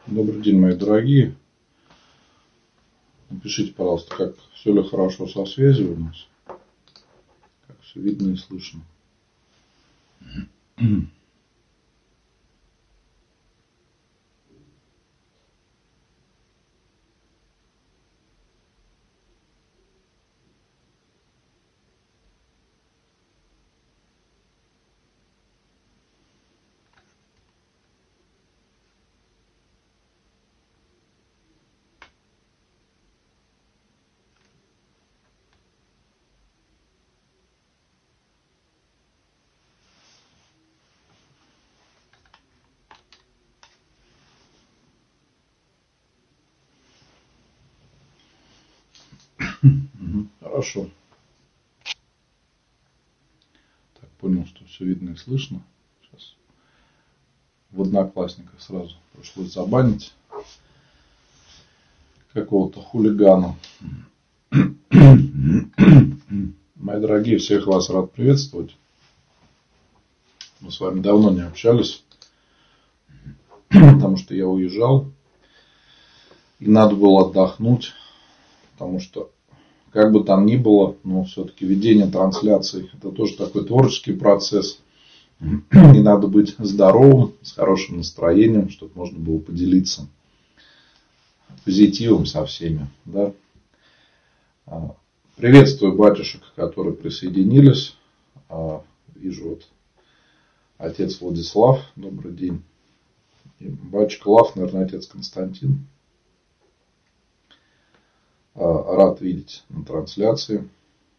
Добрый день, мои дорогие. Напишите, пожалуйста, как все ли хорошо со связью у нас, как все видно и слышно. Хорошо. Так, понял, что все видно и слышно. Сейчас в Одноклассниках сразу пришлось забанить какого-то хулигана. Мои дорогие, всех вас рад приветствовать. Мы с вами давно не общались, потому что я уезжал. И надо было отдохнуть, потому что, как бы там ни было, но все-таки ведение трансляций — это тоже такой творческий процесс. И надо быть здоровым, с хорошим настроением, чтобы можно было поделиться позитивом со всеми. Да? Приветствую батюшек, которые присоединились. Вижу вот отец Владислав, добрый день. И батюшка Лав, наверное, отец Константин. Рад видеть на трансляции.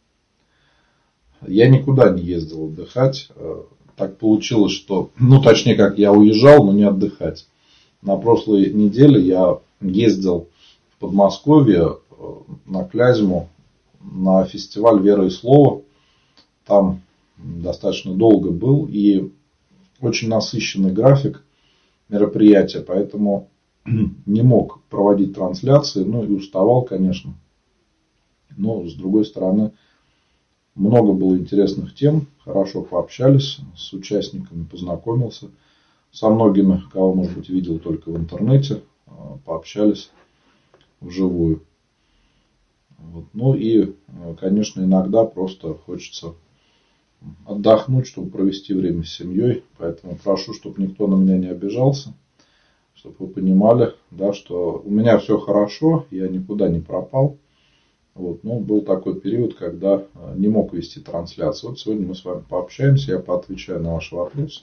Я никуда не ездил отдыхать. Так получилось, что, точнее, как я уезжал, но не отдыхать. На прошлой неделе я ездил в Подмосковье на Клязьму на фестиваль «Вера и Слово». Там достаточно долго был и очень насыщенный график мероприятия, поэтому не мог проводить трансляции, и уставал, конечно. Но, с другой стороны, много было интересных тем, хорошо пообщались с участниками, познакомился со многими, кого, может быть, видел только в интернете, пообщались вживую. Вот. И, конечно, иногда просто хочется отдохнуть, чтобы провести время с семьей, поэтому прошу, чтобы никто на меня не обижался. Чтобы вы понимали, да, что у меня все хорошо, я никуда не пропал. Вот, но был такой период, когда не мог вести трансляцию. Вот сегодня мы с вами пообщаемся, я поотвечаю на ваши вопросы.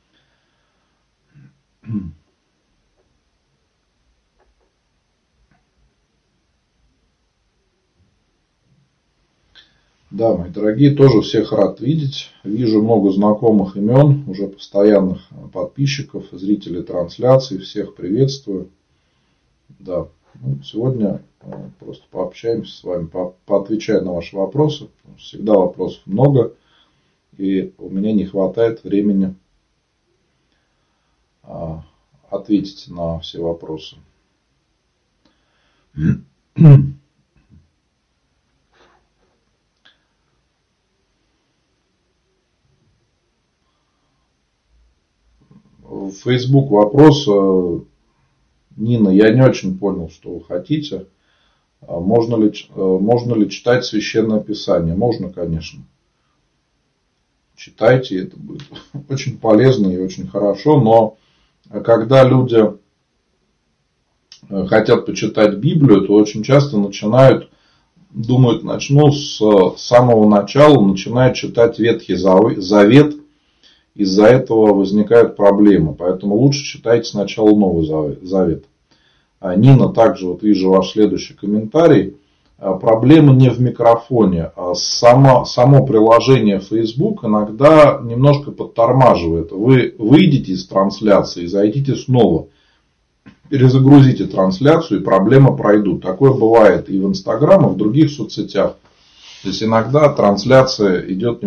Да, мои дорогие, тоже всех рад видеть. Вижу много знакомых имен, уже постоянных подписчиков, зрителей трансляции. Всех приветствую. Да, сегодня просто пообщаемся с вами, поотвечаю на ваши вопросы. Всегда вопросов много, и у меня не хватает времени ответить на все вопросы. В Facebook вопрос. Нина, я не очень понял, что вы хотите. Можно ли читать Священное Писание? Можно, конечно. Читайте, это будет очень полезно и очень хорошо. Но когда люди хотят почитать Библию, то очень часто думают, начну с самого начала, начинают читать Ветхий Завет. Из-за этого возникают проблемы. Поэтому лучше читайте сначала Новый Завет. Нина, также вот вижу ваш следующий комментарий. Проблема не в микрофоне, а само приложение Facebook иногда немножко подтормаживает. Вы выйдете из трансляции и зайдите снова. Перезагрузите трансляцию, и проблемы пройдут. Такое бывает и в Инстаграм, и в других соцсетях. То есть иногда трансляция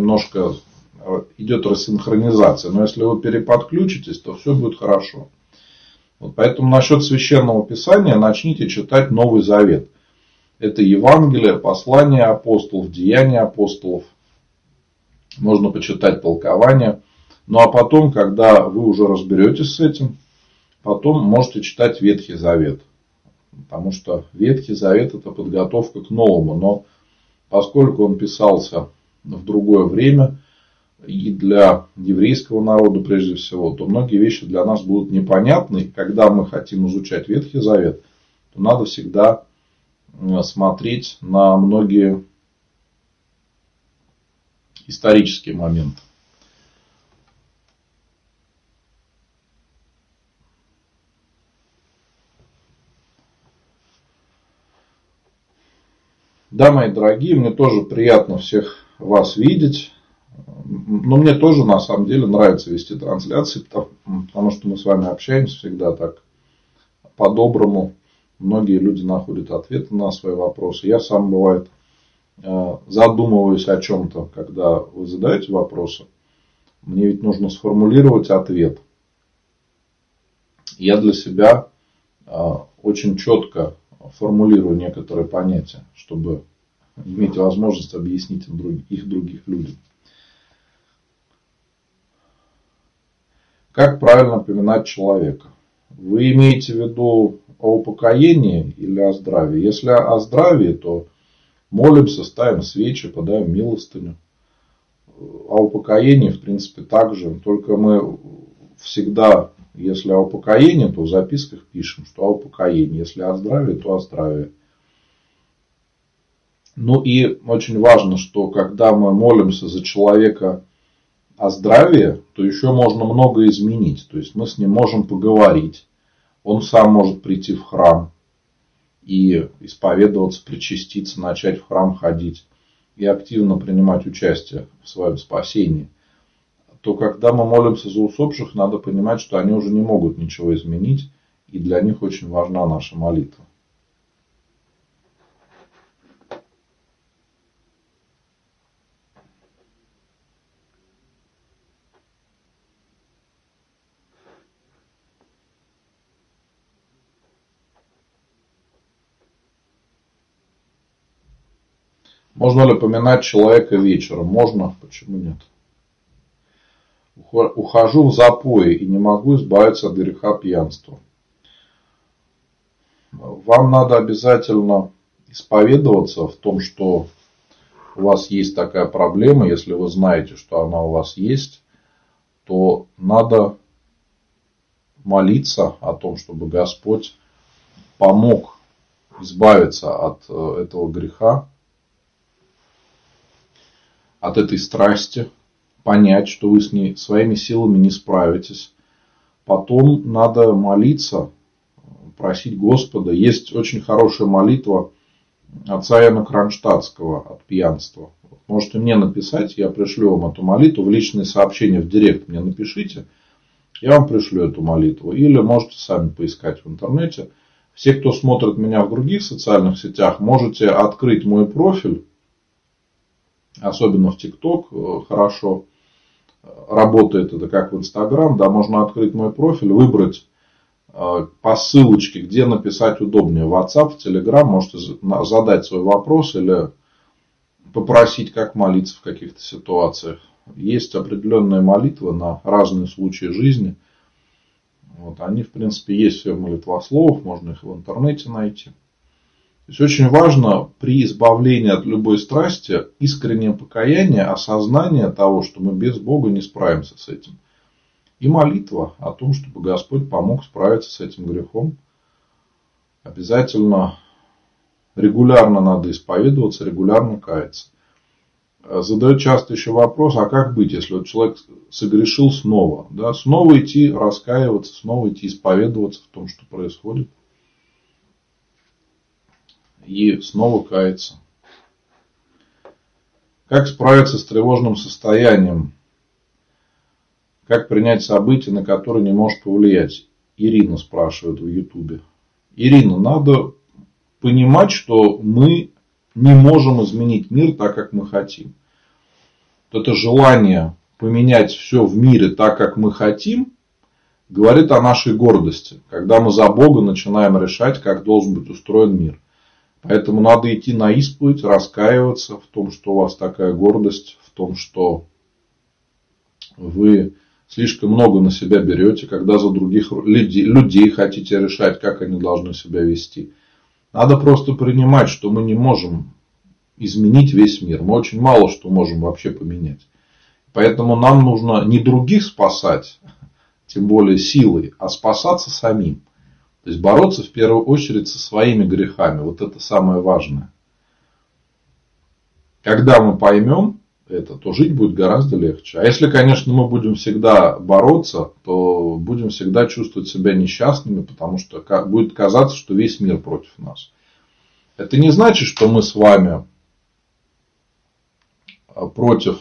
идет рассинхронизация. Но если вы переподключитесь, то все будет хорошо. Вот поэтому насчет Священного Писания начните читать Новый Завет. Это Евангелие, послания апостолов, деяния апостолов. Можно почитать толкование. Ну а потом, когда вы уже разберетесь с этим, Потом можете читать Ветхий Завет. Потому что Ветхий Завет — это подготовка к новому. Но поскольку он писался в другое время и для еврейского народа прежде всего, то многие вещи для нас будут непонятны. Когда мы хотим изучать Ветхий Завет, то надо всегда смотреть на многие исторические моменты. Да, мои дорогие, мне тоже приятно всех вас видеть. Но мне тоже на самом деле нравится вести трансляции, потому что мы с вами общаемся всегда так по-доброму. Многие люди находят ответы на свои вопросы. Я сам, бывает, задумываюсь о чем-то, когда вы задаете вопросы. Мне ведь нужно сформулировать ответ. Я для себя очень четко формулирую некоторые понятия, чтобы иметь возможность объяснить их других людям. Как правильно поминать человека? Вы имеете в виду о упокоении или о здравии? Если о здравии, то молимся, ставим свечи, подаем милостыню. О упокоении, в принципе, также. Только мы всегда, если о упокоении, то в записках пишем, что о упокоении. Если о здравии, то о здравии. Ну и очень важно, что когда мы молимся за человека о здравии, то еще можно многое изменить. То есть мы с ним можем поговорить. Он сам может прийти в храм и исповедоваться, причаститься, начать в храм ходить и активно принимать участие в своем спасении. То когда мы молимся за усопших, надо понимать, что они уже не могут ничего изменить, и для них очень важна наша молитва. Можно ли поминать человека вечером? Можно, почему нет? Ухожу в запои и не могу избавиться от греха пьянства. Вам надо обязательно исповедоваться в том, что у вас есть такая проблема. Если вы знаете, что она у вас есть, то надо молиться о том, чтобы Господь помог избавиться от этого греха, от этой страсти, понять, что вы с ней своими силами не справитесь. Потом надо молиться, просить Господа. Есть очень хорошая молитва отца Иоанна Кронштадтского от пьянства. Можете мне написать, я пришлю вам эту молитву в личные сообщения в директ мне напишите, я вам пришлю эту молитву. Или можете сами поискать в интернете. Все, кто смотрит меня в других социальных сетях, можете открыть мой профиль. Особенно в ТикТок хорошо работает это, как в Инстаграм. Да, можно открыть мой профиль, выбрать по ссылочке, где написать удобнее. В WhatsApp, в Telegram можете задать свой вопрос или попросить, как молиться в каких-то ситуациях. Есть определенные молитвы на разные случаи жизни. Вот, они, в принципе, есть все в молитвословах, можно их в интернете найти. То есть очень важно при избавлении от любой страсти искреннее покаяние, осознание того, что мы без Бога не справимся с этим. И молитва о том, чтобы Господь помог справиться с этим грехом. Обязательно регулярно надо исповедоваться, регулярно каяться. Задают часто еще вопрос, а как быть, если вот человек согрешил снова? Да, снова идти раскаиваться, снова идти исповедоваться в том, что происходит. И снова каяться. Как справиться с тревожным состоянием? Как принять события, на которые не можешь повлиять? Ирина спрашивает в Ютубе. Ирина, надо понимать, что мы не можем изменить мир так, как мы хотим. Вот это желание поменять все в мире так, как мы хотим, говорит о нашей гордости. Когда мы за Бога начинаем решать, как должен быть устроен мир. Поэтому надо идти на исповедь, раскаиваться в том, что у вас такая гордость, в том, что вы слишком много на себя берете, когда за других людей хотите решать, как они должны себя вести. Надо просто принимать, что мы не можем изменить весь мир. Мы очень мало что можем вообще поменять. Поэтому нам нужно не других спасать, тем более силой, а спасаться самим. То есть бороться в первую очередь со своими грехами. Вот это самое важное. Когда мы поймем это, то жить будет гораздо легче. А если, конечно, мы будем всегда бороться, то будем всегда чувствовать себя несчастными, потому что будет казаться, что весь мир против нас. Это не значит, что мы с вами против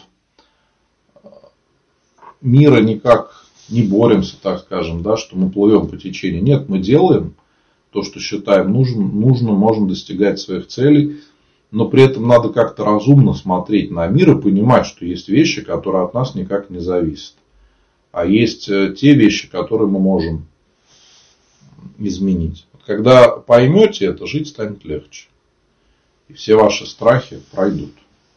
мира никак не боремся, так скажем, да, что мы плывем по течению. Нет, мы делаем то, что считаем нужным, можем достигать своих целей. Но при этом надо как-то разумно смотреть на мир и понимать, что есть вещи, которые от нас никак не зависят. А есть те вещи, которые мы можем изменить. Когда поймете это, жить станет легче. И все ваши страхи пройдут.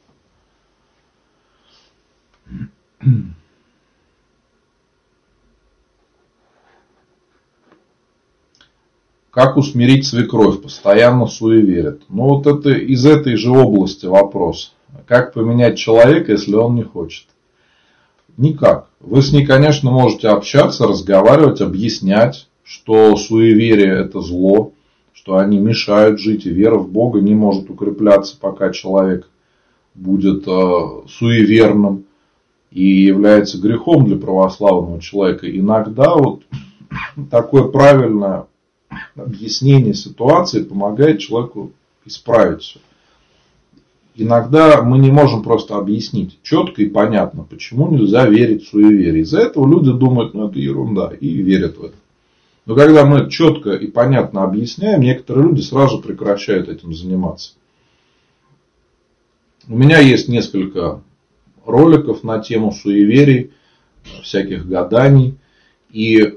Как усмирить свекровь? Постоянно суеверит. Ну, вот это из этой же области вопрос. Как поменять человека, если он не хочет? Никак. Вы с ней, конечно, можете общаться, разговаривать, объяснять, что суеверие – это зло, что они мешают жить, и вера в Бога не может укрепляться, пока человек будет суеверным и является грехом для православного человека. Иногда вот такое правильное объяснение ситуации помогает человеку исправить все. Иногда мы не можем просто объяснить четко и понятно, почему нельзя верить в суеверие. Из-за этого люди думают, ну это ерунда, и верят в это. Но когда мы четко и понятно объясняем, некоторые люди сразу прекращают этим заниматься. У меня есть несколько роликов на тему суеверий, всяких гаданий. И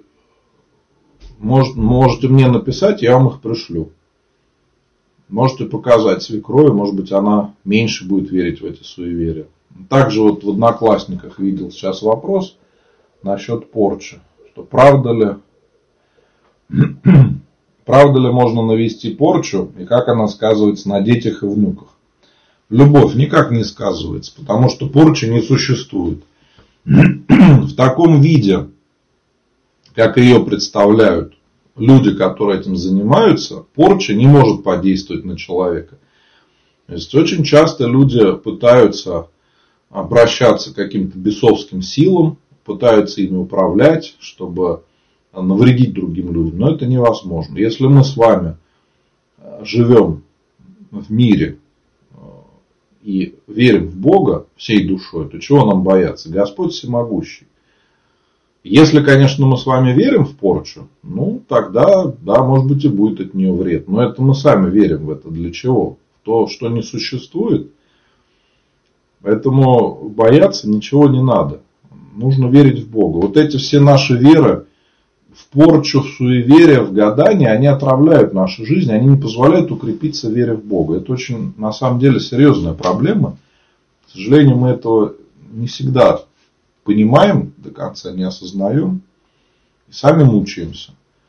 можете мне написать, я вам их пришлю. Можете показать свекрови, может быть, она меньше будет верить в эти суеверия. Также вот в Одноклассниках видел сейчас вопрос насчет порчи. Что правда ли можно навести порчу и как она сказывается на детях и внуках? Любовь никак не сказывается, потому что порчи не существует. В таком виде, как ее представляют люди, которые этим занимаются, порча не может подействовать на человека. То есть очень часто люди пытаются обращаться к каким-то бесовским силам, пытаются ими управлять, чтобы навредить другим людям. Но это невозможно. Если мы с вами живем в мире и верим в Бога всей душой, то чего нам бояться? Господь всемогущий. Если, конечно, мы с вами верим в порчу, ну, тогда, да, может быть, и будет от нее вред. Но это мы сами верим в это. Для чего? В то, что не существует. Поэтому бояться ничего не надо. Нужно верить в Бога. Вот эти все наши веры в порчу, в суеверие, в гадание, они отравляют нашу жизнь, они не позволяют укрепиться в вере в Бога. Это очень, на самом деле, серьезная проблема. К сожалению, мы этого не всегда понимаем, до конца не осознаем и сами мучаемся.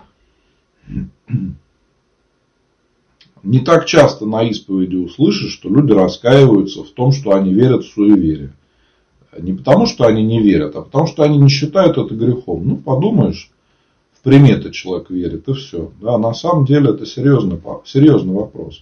Не так часто на исповеди услышишь, что люди раскаиваются в том, что они верят в суеверие. Не потому, что они не верят, а потому, что они не считают это грехом. Ну, подумаешь, в приметы человек верит, и все. Да, на самом деле это серьезный вопрос.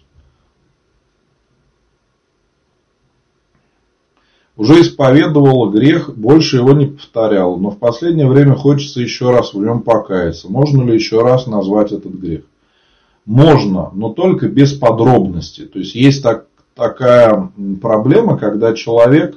Уже исповедовала грех, больше его не повторяла, но в последнее время хочется еще раз в нем покаяться. Можно ли еще раз назвать этот грех? Можно, но только без подробностей. То есть есть такая проблема, когда человек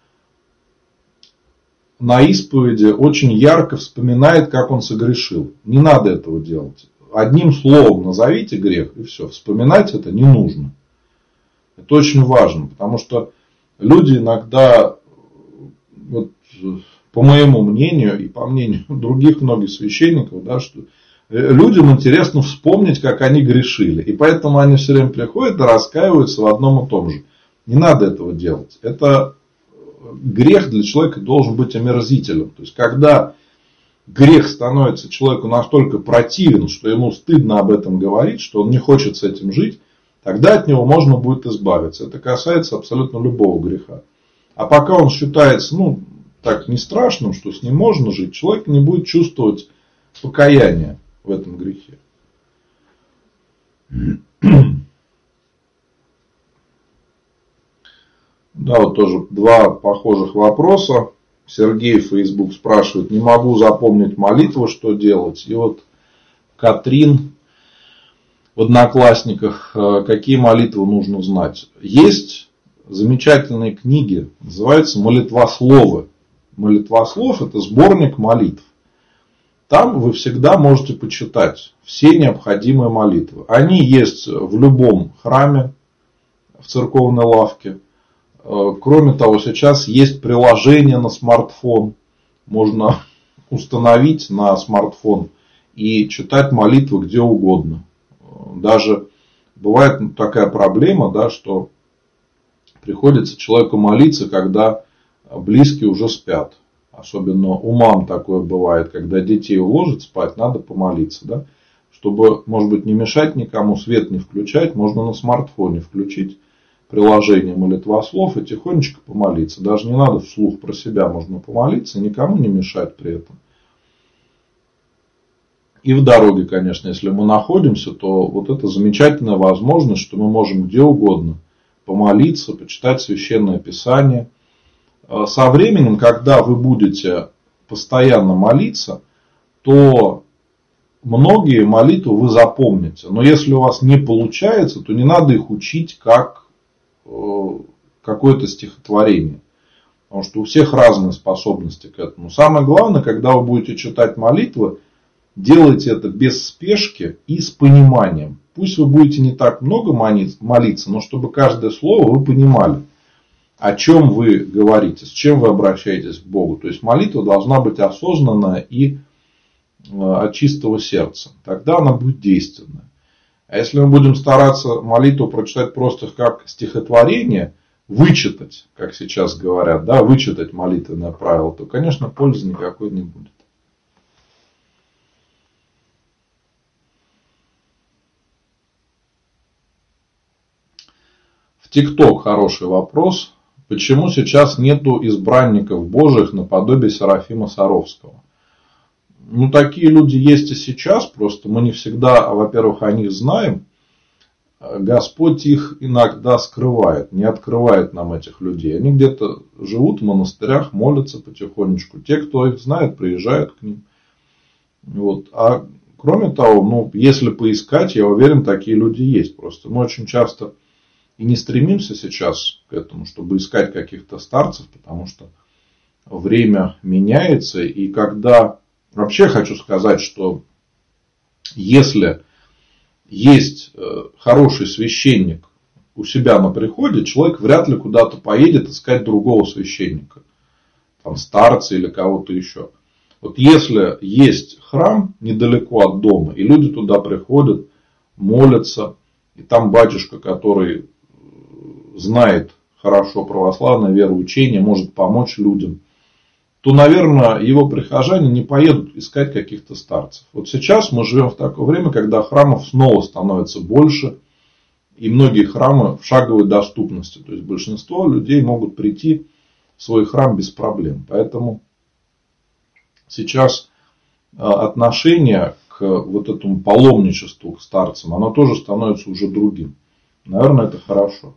на исповеди очень ярко вспоминает, как он согрешил. Не надо этого делать. Одним словом назовите грех, и все. Вспоминать это не нужно. Это очень важно, потому что люди иногда, вот, по моему мнению и по мнению других многих священников, да, что людям интересно вспомнить, как они грешили. И поэтому они все время приходят и раскаиваются в одном и том же. Не надо этого делать. Это грех для человека должен быть омерзителем. То есть, когда грех становится человеку настолько противен, что ему стыдно об этом говорить, что он не хочет с этим жить, тогда от него можно будет избавиться. Это касается абсолютно любого греха. А пока он считается, так не страшным, что с ним можно жить, человек не будет чувствовать покаяния в этом грехе. Да, вот тоже два похожих вопроса. Сергей в Facebook спрашивает: не могу запомнить молитву, что делать? И вот Катрин в Одноклассниках: какие молитвы нужно знать? Есть замечательные книги, называются «Молитвословы». Молитвослов — это сборник молитв. Там вы всегда можете почитать все необходимые молитвы. Они есть в любом храме, в церковной лавке. Кроме того, сейчас есть приложение на смартфон. Можно установить на смартфон и читать молитвы где угодно. Даже бывает такая проблема, да, что приходится человеку молиться, когда близкие уже спят. Особенно у мам такое бывает, когда детей уложат спать, надо помолиться. Да? Чтобы, может быть, не мешать никому, свет не включать, можно на смартфоне включить приложение молитвослов и тихонечко помолиться. Даже не надо вслух про себя, можно помолиться, никому не мешать при этом. И в дороге, конечно, если мы находимся, то вот это замечательная возможность, что мы можем где угодно помолиться, почитать Священное Писание. Со временем, когда вы будете постоянно молиться, то многие молитвы вы запомните. Но если у вас не получается, то не надо их учить как какое-то стихотворение. Потому что у всех разные способности к этому. Самое главное, когда вы будете читать молитвы, делайте это без спешки и с пониманием. Пусть вы будете не так много молиться, но чтобы каждое слово вы понимали, о чем вы говорите, с чем вы обращаетесь к Богу. То есть молитва должна быть осознанная и от чистого сердца. Тогда она будет действенная. А если мы будем стараться молитву прочитать просто как стихотворение, вычитать, как сейчас говорят, да, вычитать молитвенное правило, то, конечно, пользы никакой не будет. В ТикТок хороший вопрос. Почему сейчас нету избранников Божьих наподобие Серафима Саровского? Такие люди есть и сейчас, просто мы не всегда, во-первых, о них знаем. Господь их иногда скрывает, не открывает нам этих людей. Они где-то живут в монастырях, молятся потихонечку. Те, кто их знает, приезжают к ним. Вот. А кроме того, если поискать, я уверен, такие люди есть. Просто мы очень часто и не стремимся сейчас к этому, чтобы искать каких-то старцев, потому что время меняется. И когда... Вообще хочу сказать, что если есть хороший священник у себя на приходе, человек вряд ли куда-то поедет искать другого священника. Там старца или кого-то еще. Вот если есть храм недалеко от дома, и люди туда приходят, молятся, и там батюшка, который знает хорошо православное вероучение, может помочь людям, то, наверное, его прихожане не поедут искать каких-то старцев. Вот сейчас мы живем в такое время, когда храмов снова становится больше, и многие храмы в шаговой доступности. То есть большинство людей могут прийти в свой храм без проблем. Поэтому сейчас отношение к вот этому паломничеству к старцам, оно тоже становится уже другим. Наверное, это хорошо.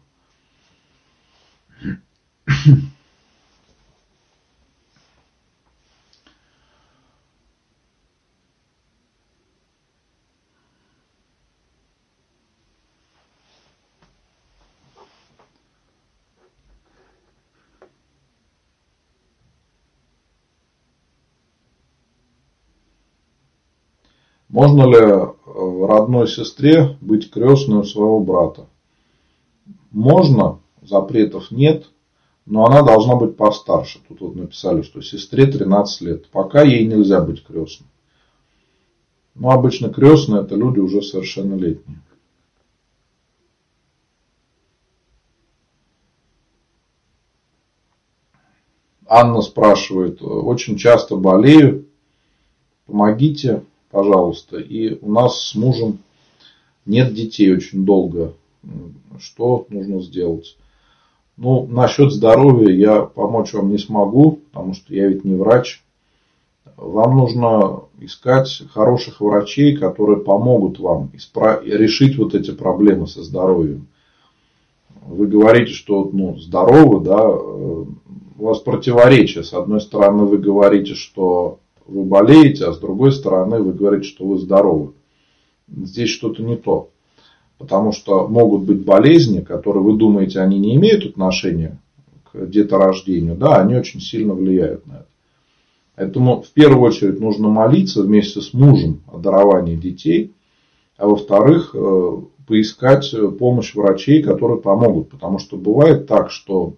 Можно ли родной сестре быть крестной у своего брата? Можно, запретов нет, но она должна быть постарше. Тут вот написали, что сестре 13 лет. Пока ей нельзя быть крестной. Обычно крестные — это люди уже совершеннолетние. Анна спрашивает, очень часто болею, помогите, пожалуйста. И у нас с мужем нет детей очень долго. Что нужно сделать? Ну, насчет здоровья я помочь вам не смогу, потому что я ведь не врач. Вам нужно искать хороших врачей, которые помогут вам решить вот эти проблемы со здоровьем. Вы говорите, что здоровы, да, у вас противоречие. С одной стороны, вы говорите, что вы болеете, а с другой стороны, вы говорите, что вы здоровы. Здесь что-то не то. Потому что могут быть болезни, которые вы думаете, они не имеют отношения к деторождению, да, они очень сильно влияют на это. Поэтому в первую очередь нужно молиться вместе с мужем о даровании детей, а во-вторых, поискать помощь врачей, которые помогут. Потому что бывает так, что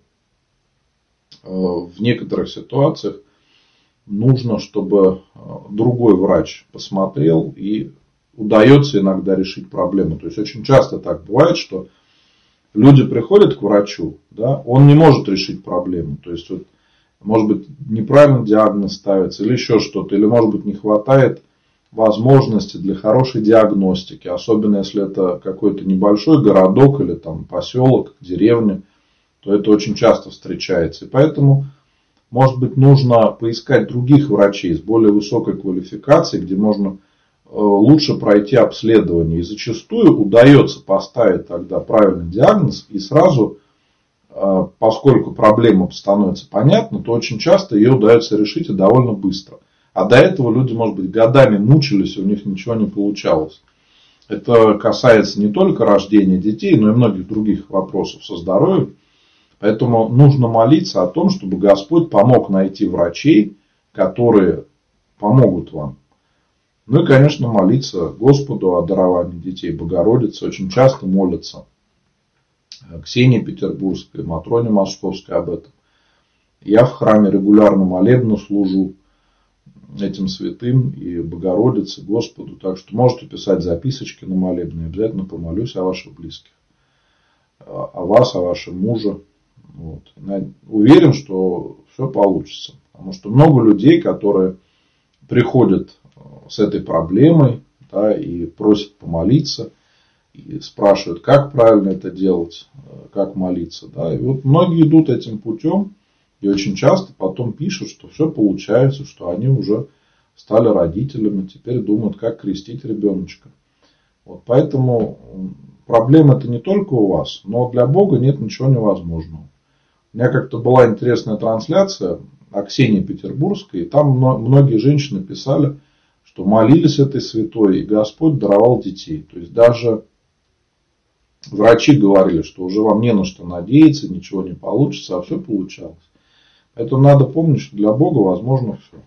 в некоторых ситуациях нужно, чтобы другой врач посмотрел, и удается иногда решить проблему. То есть очень часто так бывает, что люди приходят к врачу, да, он не может решить проблему. То есть может быть, неправильно диагноз ставится или еще что-то. Или, может быть, не хватает возможности для хорошей диагностики. Особенно, если это какой-то небольшой городок или там поселок, деревня. То это очень часто встречается. И поэтому, может быть, нужно поискать других врачей с более высокой квалификацией, где можно лучше пройти обследование. И зачастую удается поставить тогда правильный диагноз и сразу... Поскольку проблема становится понятна, то очень часто ее удается решить и довольно быстро. А до этого люди, может быть, годами мучились, и у них ничего не получалось. Это касается не только рождения детей, но и многих других вопросов со здоровьем. Поэтому нужно молиться о том, чтобы Господь помог найти врачей, которые помогут вам. Ну и, конечно, молиться Господу о даровании детей. Богородица очень часто молится. Ксении Петербургской, Матроне Московской об этом. Я в храме регулярно молебно служу этим святым и Богородице, Господу. Так что можете писать записочки на молебны. Обязательно помолюсь о ваших близких. О вас, о вашем муже. Вот. Уверен, что все получится. Потому что много людей, которые приходят с этой проблемой, да, и просят помолиться. И спрашивают, как правильно это делать, как молиться. Да. И вот многие идут этим путем. И очень часто потом пишут, что все получается, что они уже стали родителями. Теперь думают, как крестить ребеночка. Вот поэтому проблема это не только у вас. Но для Бога нет ничего невозможного. У меня как-то была интересная трансляция о Ксении Петербургской. И там многие женщины писали, что молились этой святой. И Господь даровал детей. То есть даже... Врачи говорили, что уже вам не на что надеяться, ничего не получится, а все получалось. Поэтому надо помнить, что для Бога возможно все.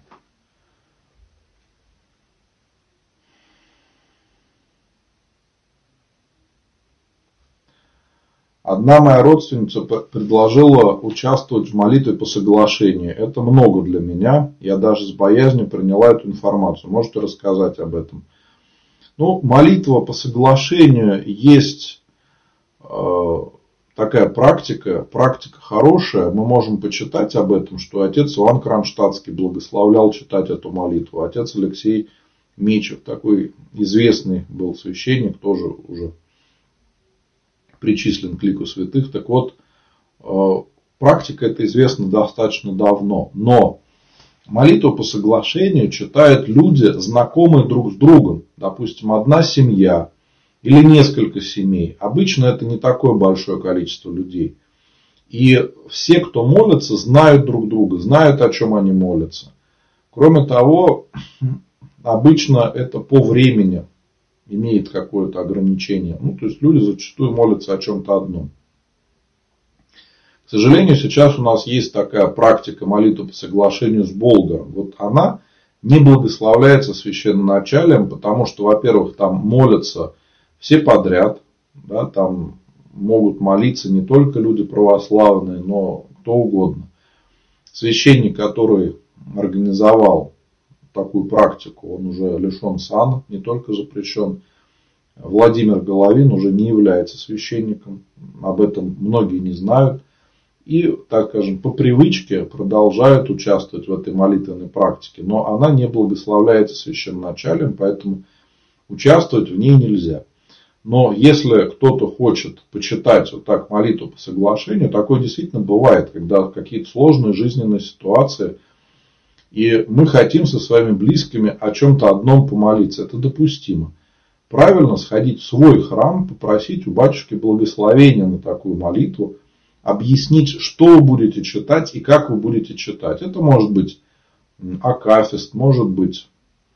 Одна моя родственница предложила участвовать в молитве по соглашению. Это много для меня. Я даже с боязнью приняла эту информацию. Можете рассказать об этом? Ну, молитва по соглашению есть... такая практика хорошая, мы можем почитать об этом, что отец Иоанн Кронштадтский благословлял читать эту молитву. Отец Алексей Мечев, такой известный был священник, тоже уже причислен к лику святых. Так вот, практика эта известна достаточно давно. Но молитву по соглашению читают люди, знакомые друг с другом. Допустим, одна семья. Или несколько семей. Обычно это не такое большое количество людей. И все, кто молятся, знают друг друга, знают, о чем они молятся. Кроме того, обычно это по времени имеет какое-то ограничение. То есть люди зачастую молятся о чем-то одном. К сожалению, сейчас у нас есть такая практика молитвы по соглашению с Болгаром. Вот она не благословляется священноначалием, потому что, во-первых, там молятся все подряд, да, там могут молиться не только люди православные, но кто угодно. Священник, который организовал такую практику, он уже лишен сана, не только запрещен. Владимир Головин уже не является священником, об этом многие не знают. и, так скажем, по привычке продолжают участвовать в этой молитвенной практике. Но она не благословляется священноначалием, поэтому участвовать в ней нельзя. Но если кто-то хочет почитать вот так молитву по соглашению, такое действительно бывает, когда какие-то сложные жизненные ситуации, и мы хотим со своими близкими о чем-то одном помолиться. Это допустимо. Правильно сходить в свой храм, попросить у батюшки благословения на такую молитву, объяснить, что вы будете читать и как вы будете читать. Это может быть акафист, может быть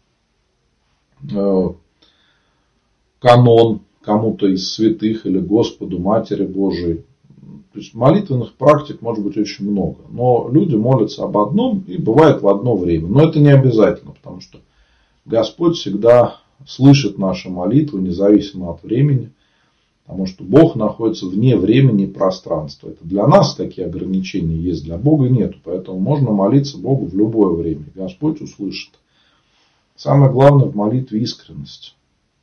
канон кому-то из святых или Господу, Матери Божией. То есть молитвенных практик может быть очень много. Но люди молятся об одном и бывает в одно время. Но это не обязательно, потому что Господь всегда слышит наши молитвы, независимо от времени. Потому что Бог находится вне времени и пространства. Это для нас такие ограничения есть, для Бога нет. Поэтому можно молиться Богу в любое время. Господь услышит. Самое главное в молитве искренность.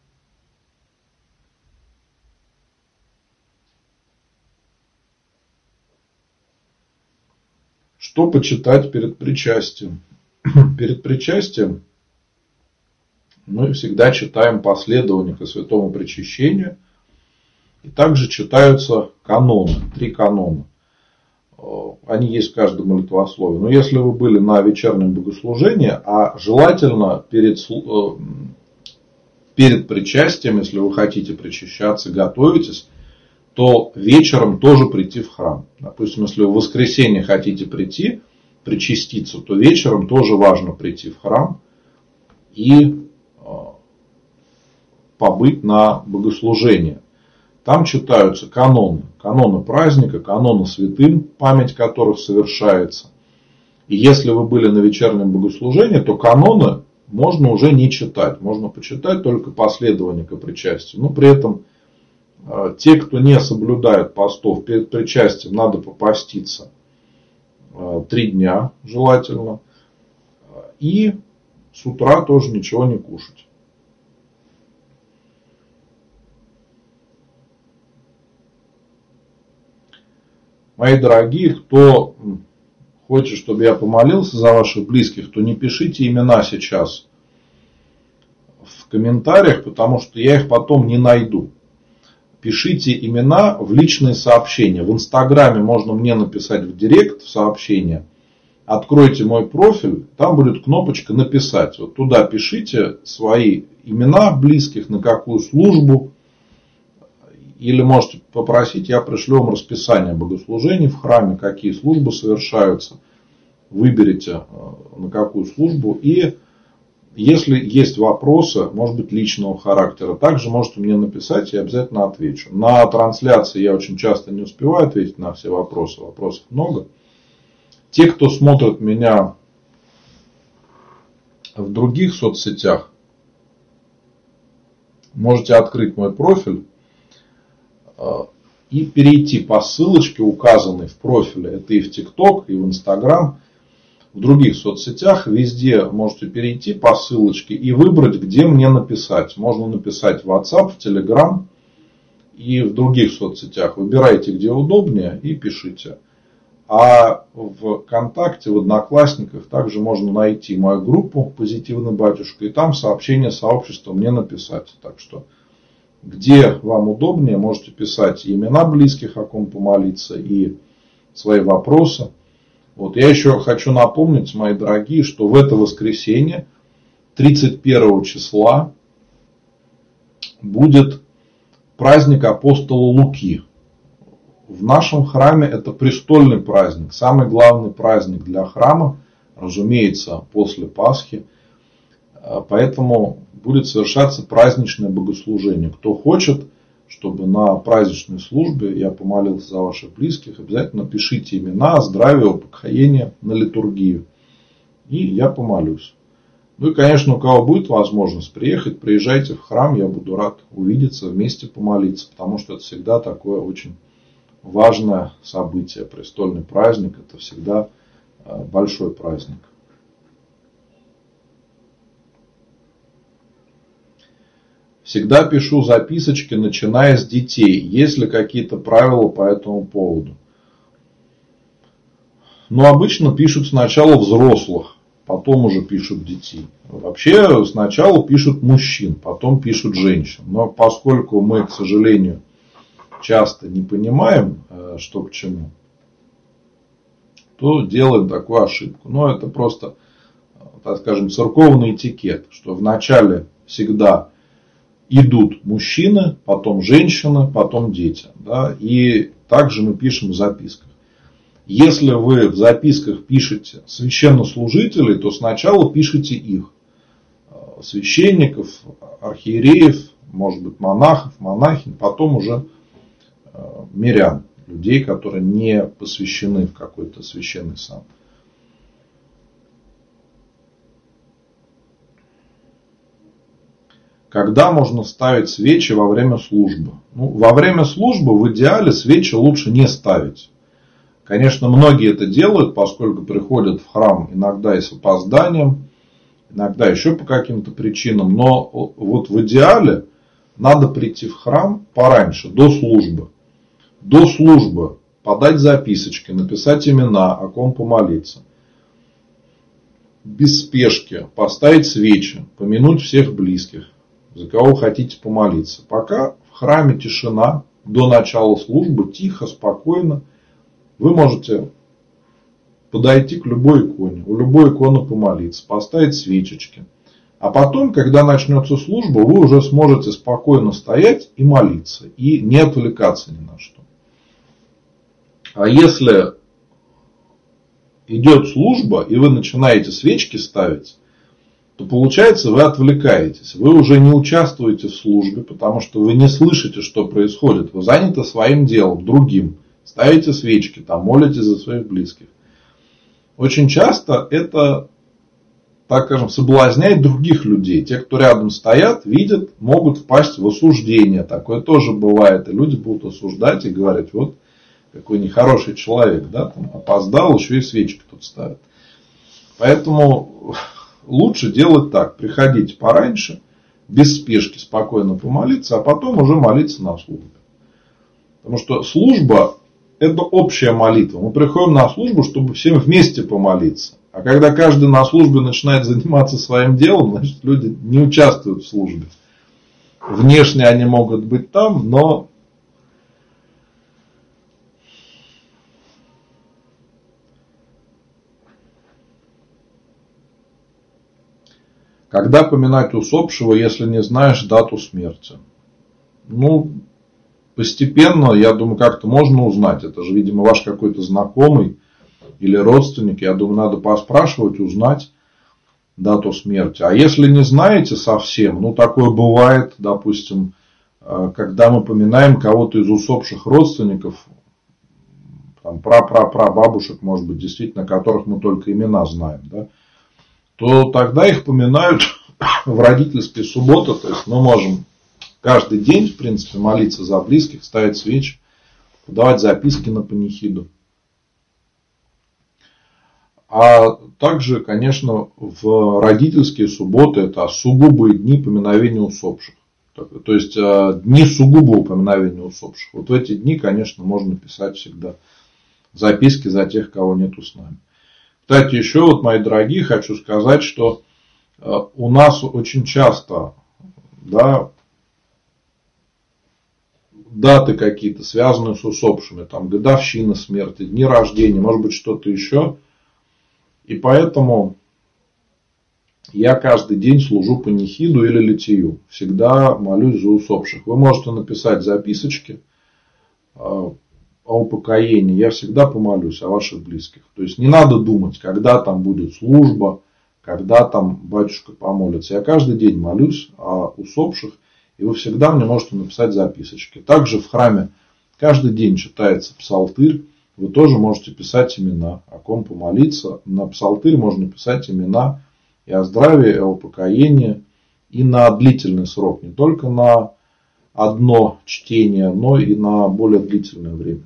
Что почитать перед причастием? Перед причастием мы всегда читаем последование ко святому причащению. И также читаются каноны, 3 канона. Они есть в каждом молитвословии. Но если вы были на вечернем богослужении, а желательно перед причастием, если вы хотите причащаться, готовитесь, то вечером тоже прийти в храм. Допустим, если вы в воскресенье хотите прийти, причаститься, то вечером тоже важно прийти в храм и побыть на богослужении. Там читаются каноны. Каноны праздника, каноны святым, память которых совершается. И если вы были на вечернем богослужении, то каноны можно уже не читать. Можно почитать только последование ко причастию. Но при этом те, кто не соблюдает постов перед причастием, надо попаститься 3 дня желательно. И с утра тоже ничего не кушать. Мои дорогие, кто хочет, чтобы я помолился за ваших близких, то не пишите имена сейчас в комментариях, потому что я их потом не найду. Пишите имена в личные сообщения. В Инстаграме можно мне написать в директ, в сообщение. Откройте мой профиль, там будет кнопочка «Написать». Вот туда пишите свои имена близких, на какую службу. Или можете попросить, я пришлю вам расписание богослужений в храме, какие службы совершаются. Выберите, на какую службу. И если есть вопросы, может быть, личного характера, также можете мне написать, я обязательно отвечу. На трансляции я очень часто не успеваю ответить на все вопросы. Вопросов много. Те, кто смотрит меня в других соцсетях, можете открыть мой профиль и перейти по ссылочке, указанной в профиле. Это и в ТикТок, и в Инстаграм. В других соцсетях везде можете перейти по ссылочке и выбрать, где мне написать. Можно написать в WhatsApp, в Telegram и в других соцсетях. Выбирайте, где удобнее, и пишите. А в ВКонтакте, в Одноклассниках также можно найти мою группу «Позитивный батюшка». И там сообщение сообщества мне написать. Так что, где вам удобнее, можете писать имена близких, о ком помолиться, и свои вопросы. Вот я еще хочу напомнить, мои дорогие, что в это воскресенье, 31 числа, будет праздник апостола Луки. В нашем храме это престольный праздник, самый главный праздник для храма, разумеется, после Пасхи. Поэтому будет совершаться праздничное богослужение. Кто хочет, чтобы на праздничной службе я помолился за ваших близких, обязательно пишите имена, здравия, упокоения на литургию. И я помолюсь. Ну и, конечно, у кого будет возможность приехать, приезжайте в храм, я буду рад увидеться, вместе помолиться, потому что это всегда такое очень важное событие. Престольный праздник — это всегда большой праздник. Всегда пишу записочки, начиная с детей. Есть ли какие-то правила по этому поводу? Но обычно пишут сначала взрослых, потом уже пишут детей. Вообще сначала пишут мужчин, потом пишут женщин. Но поскольку мы, к сожалению, часто не понимаем, что к чему, то делаем такую ошибку. Но это просто, так скажем, церковный этикет, что вначале всегда идут мужчины, потом женщины, потом дети. Да? И также мы пишем в записках. Если вы в записках пишете священнослужителей, то сначала пишите их. Священников, архиереев, может быть, монахов, монахинь, потом уже мирян, людей, которые не посвящены в какой-то священный сан. Когда можно ставить свечи во время службы? Во время службы в идеале свечи лучше не ставить. Конечно, многие это делают, поскольку приходят в храм иногда и с опозданием, иногда еще по каким-то причинам. Но вот в идеале надо прийти в храм пораньше, до службы. До службы подать записочки, написать имена, о ком помолиться. Без спешки поставить свечи, помянуть всех близких, за кого хотите помолиться. Пока в храме тишина, до начала службы, тихо, спокойно, вы можете подойти к любой иконе, у любой иконы помолиться, поставить свечечки. А потом, когда начнется служба, вы уже сможете спокойно стоять и молиться, и не отвлекаться ни на что. А если идет служба, и вы начинаете свечки ставить, то получается, вы отвлекаетесь. Вы уже не участвуете в службе, потому что вы не слышите, что происходит. Вы заняты своим делом, другим. Ставите свечки, там, молитесь за своих близких. Очень часто это, так скажем, соблазняет других людей. Те, кто рядом стоят, видят, могут впасть в осуждение. Такое тоже бывает. И люди будут осуждать и говорить, вот какой нехороший человек, да, там, опоздал, еще и свечки тут ставят. Поэтому лучше делать так. Приходить пораньше, без спешки, спокойно помолиться, а потом уже молиться на службе. Потому что служба — это общая молитва. Мы приходим на службу, чтобы всем вместе помолиться. А когда каждый на службе начинает заниматься своим делом, значит, люди не участвуют в службе. Внешне они могут быть там, но когда поминать усопшего, если не знаешь дату смерти? Постепенно, я думаю, как-то можно узнать. Это же, видимо, ваш какой-то знакомый или родственник. Я думаю, надо поспрашивать, узнать дату смерти. А если не знаете совсем, такое бывает, допустим, когда мы поминаем кого-то из усопших родственников, там, прабабушек, может быть, действительно, которых мы только имена знаем, да, то тогда их поминают в родительские субботы. То есть мы можем каждый день, в принципе, молиться за близких, ставить свечи, подавать записки на панихиду. А также, конечно, в родительские субботы это сугубые дни поминовения усопших. То есть дни сугубого поминовения усопших. Вот в эти дни, конечно, можно писать всегда записки за тех, кого нету с нами. Кстати, еще, вот, мои дорогие, хочу сказать, что у нас очень часто, да, даты какие-то, связанные с усопшими, там, годовщина смерти, дни рождения, может быть, что-то еще. И поэтому я каждый день служу панихиду или литию. Всегда молюсь за усопших. Вы можете написать записочки о упокоении. Я всегда помолюсь о ваших близких. То есть не надо думать, когда там будет служба, когда там батюшка помолится. Я каждый день молюсь о усопших. И вы всегда мне можете написать записочки. Также в храме каждый день читается псалтырь. Вы тоже можете писать имена, о ком помолиться. На псалтырь можно писать имена и о здравии, и о упокоении. И на длительный срок. Не только на одно чтение, но и на более длительное время.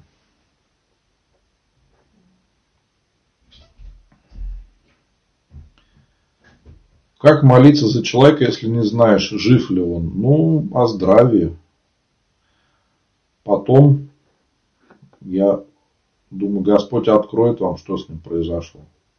Как молиться за человека, если не знаешь, жив ли он? О здравии. Потом я думаю, Господь откроет вам, что с ним произошло.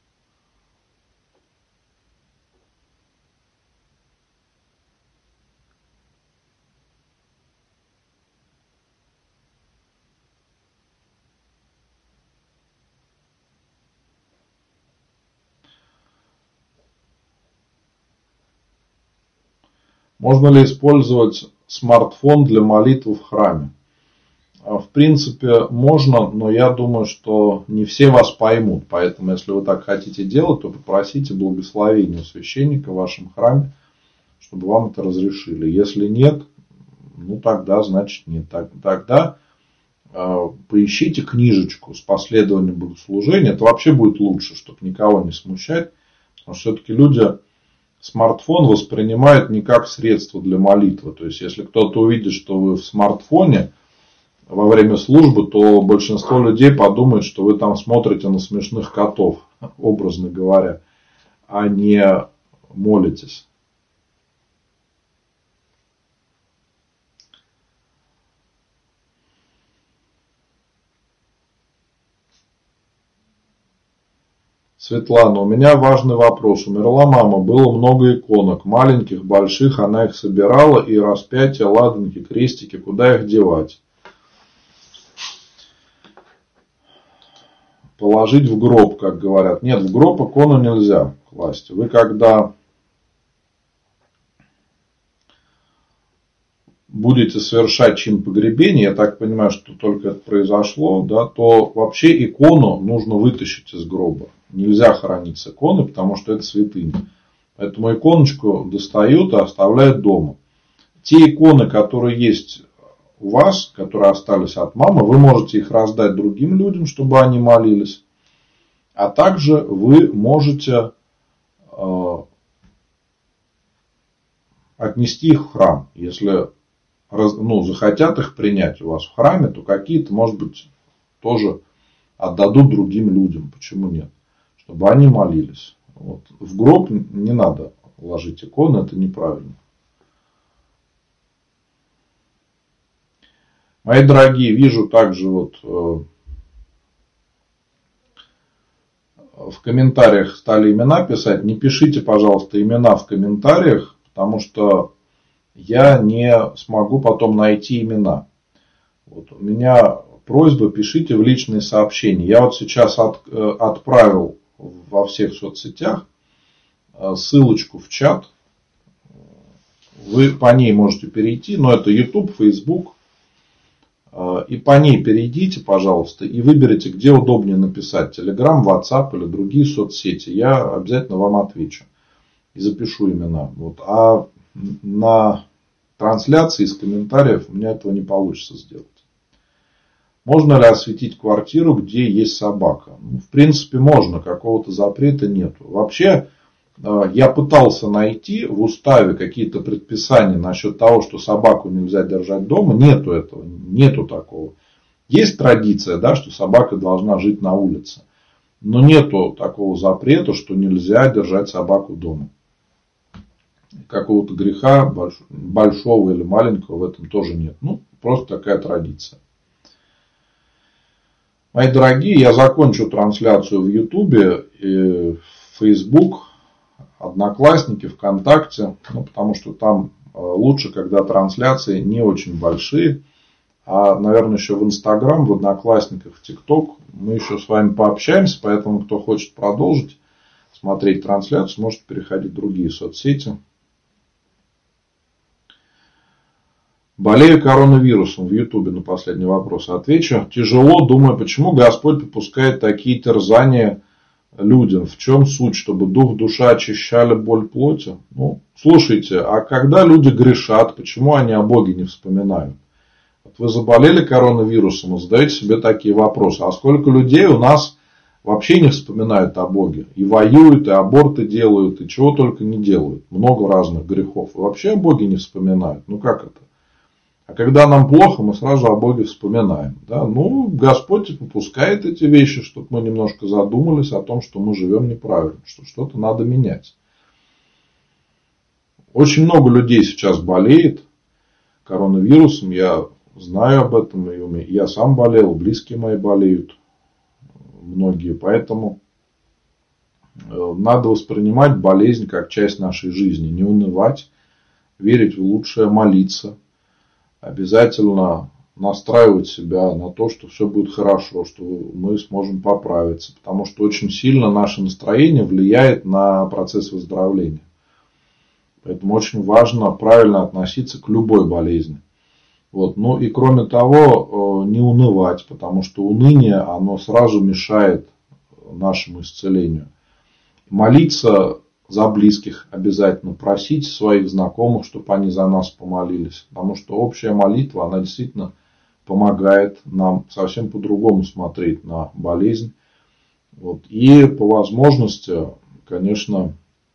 Можно ли использовать смартфон для молитвы в храме? В принципе, можно, но я думаю, что не все вас поймут. Поэтому, если вы так хотите делать, то попросите благословения у священника в вашем храме, чтобы вам это разрешили. Если нет, ну тогда, значит, нет. Тогда поищите книжечку с последованием богослужения. Это вообще будет лучше, чтобы никого не смущать. Потому что все-таки люди смартфон воспринимают не как средство для молитвы. То есть, если кто-то увидит, что вы в смартфоне во время службы, то большинство людей подумает, что вы там смотрите на смешных котов, образно говоря, а не молитесь. Светлана, у меня важный вопрос. Умерла мама, было много иконок, маленьких, больших, она их собирала, и распятия, ладанки, крестики, куда их девать? Положить в гроб, как говорят. Нет, в гроб икону нельзя класть. Вы когда будете совершать чин погребения, я так понимаю, что только это произошло, да, то вообще икону нужно вытащить из гроба. Нельзя хоронить с иконой, потому что это святыня. Поэтому иконочку достают и оставляют дома. Те иконы, которые есть у вас, которые остались от мамы, вы можете их раздать другим людям, чтобы они молились. А также вы можете отнести их в храм. Если захотят их принять у вас в храме, то какие-то, может быть, тоже отдадут другим людям. Почему нет? Чтобы они молились. Вот. В гроб не надо ложить иконы, это неправильно. Мои дорогие, вижу также вот в комментариях стали имена писать. Не пишите, пожалуйста, имена в комментариях, потому что я не смогу потом найти имена. Вот. У меня просьба, пишите в личные сообщения. Я вот сейчас отправил во всех соцсетях ссылочку в чат. Вы по ней можете перейти, но это YouTube, Facebook. И по ней перейдите, пожалуйста, и выберите, где удобнее написать. Telegram, WhatsApp или другие соцсети. Я обязательно вам отвечу. И запишу имена. Вот. А на трансляции из комментариев у меня этого не получится сделать. Можно ли осветить квартиру, где есть собака? Ну, в принципе, можно. Какого-то запрета нет. Вообще, я пытался найти в уставе какие-то предписания насчет того, что собаку нельзя держать дома. Нету этого. Нету такого. Есть традиция, да, что собака должна жить на улице. Но нету такого запрета, что нельзя держать собаку дома. Какого-то греха большого или маленького в этом тоже нет. Ну, просто такая традиция. Мои дорогие, я закончу трансляцию в Ютубе, в Facebook, Одноклассники, ВКонтакте. Ну, потому что там лучше, когда трансляции не очень большие. А, наверное, еще в Инстаграм, в Одноклассниках, в ТикТок мы еще с вами пообщаемся. Поэтому, кто хочет продолжить смотреть трансляцию, может переходить в другие соцсети. Болею коронавирусом в Ютубе, на последний вопрос отвечу. Тяжело, думаю, почему Господь попускает такие терзания людям. В чем суть? Чтобы дух, душа очищали боль плоти? Ну, слушайте, а когда люди грешат, почему они о Боге не вспоминают? Вот вы заболели коронавирусом и задаете себе такие вопросы. А сколько людей у нас вообще не вспоминают о Боге? И воюют, и аборты делают, и чего только не делают. Много разных грехов. И вообще о Боге не вспоминают. Ну, как это? А когда нам плохо, мы сразу о Боге вспоминаем. Да? Ну, Господь попускает эти вещи, чтобы мы немножко задумались о том, что мы живем неправильно, что что-то надо менять. Очень много людей сейчас болеет коронавирусом. Я знаю об этом. И я сам болел, близкие мои болеют. многие. Поэтому надо воспринимать болезнь как часть нашей жизни. Не унывать, верить в лучшее, молиться. Обязательно настраивать себя на то, что все будет хорошо, что мы сможем поправиться. Потому что очень сильно наше настроение влияет на процесс выздоровления. Поэтому очень важно правильно относиться к любой болезни. Вот. Ну и кроме того, не унывать, потому что уныние, оно сразу мешает нашему исцелению. Молиться за близких обязательно, просить своих знакомых, чтобы они за нас помолились. Потому что общая молитва, она действительно помогает нам совсем по-другому смотреть на болезнь. Вот. И по возможности, конечно,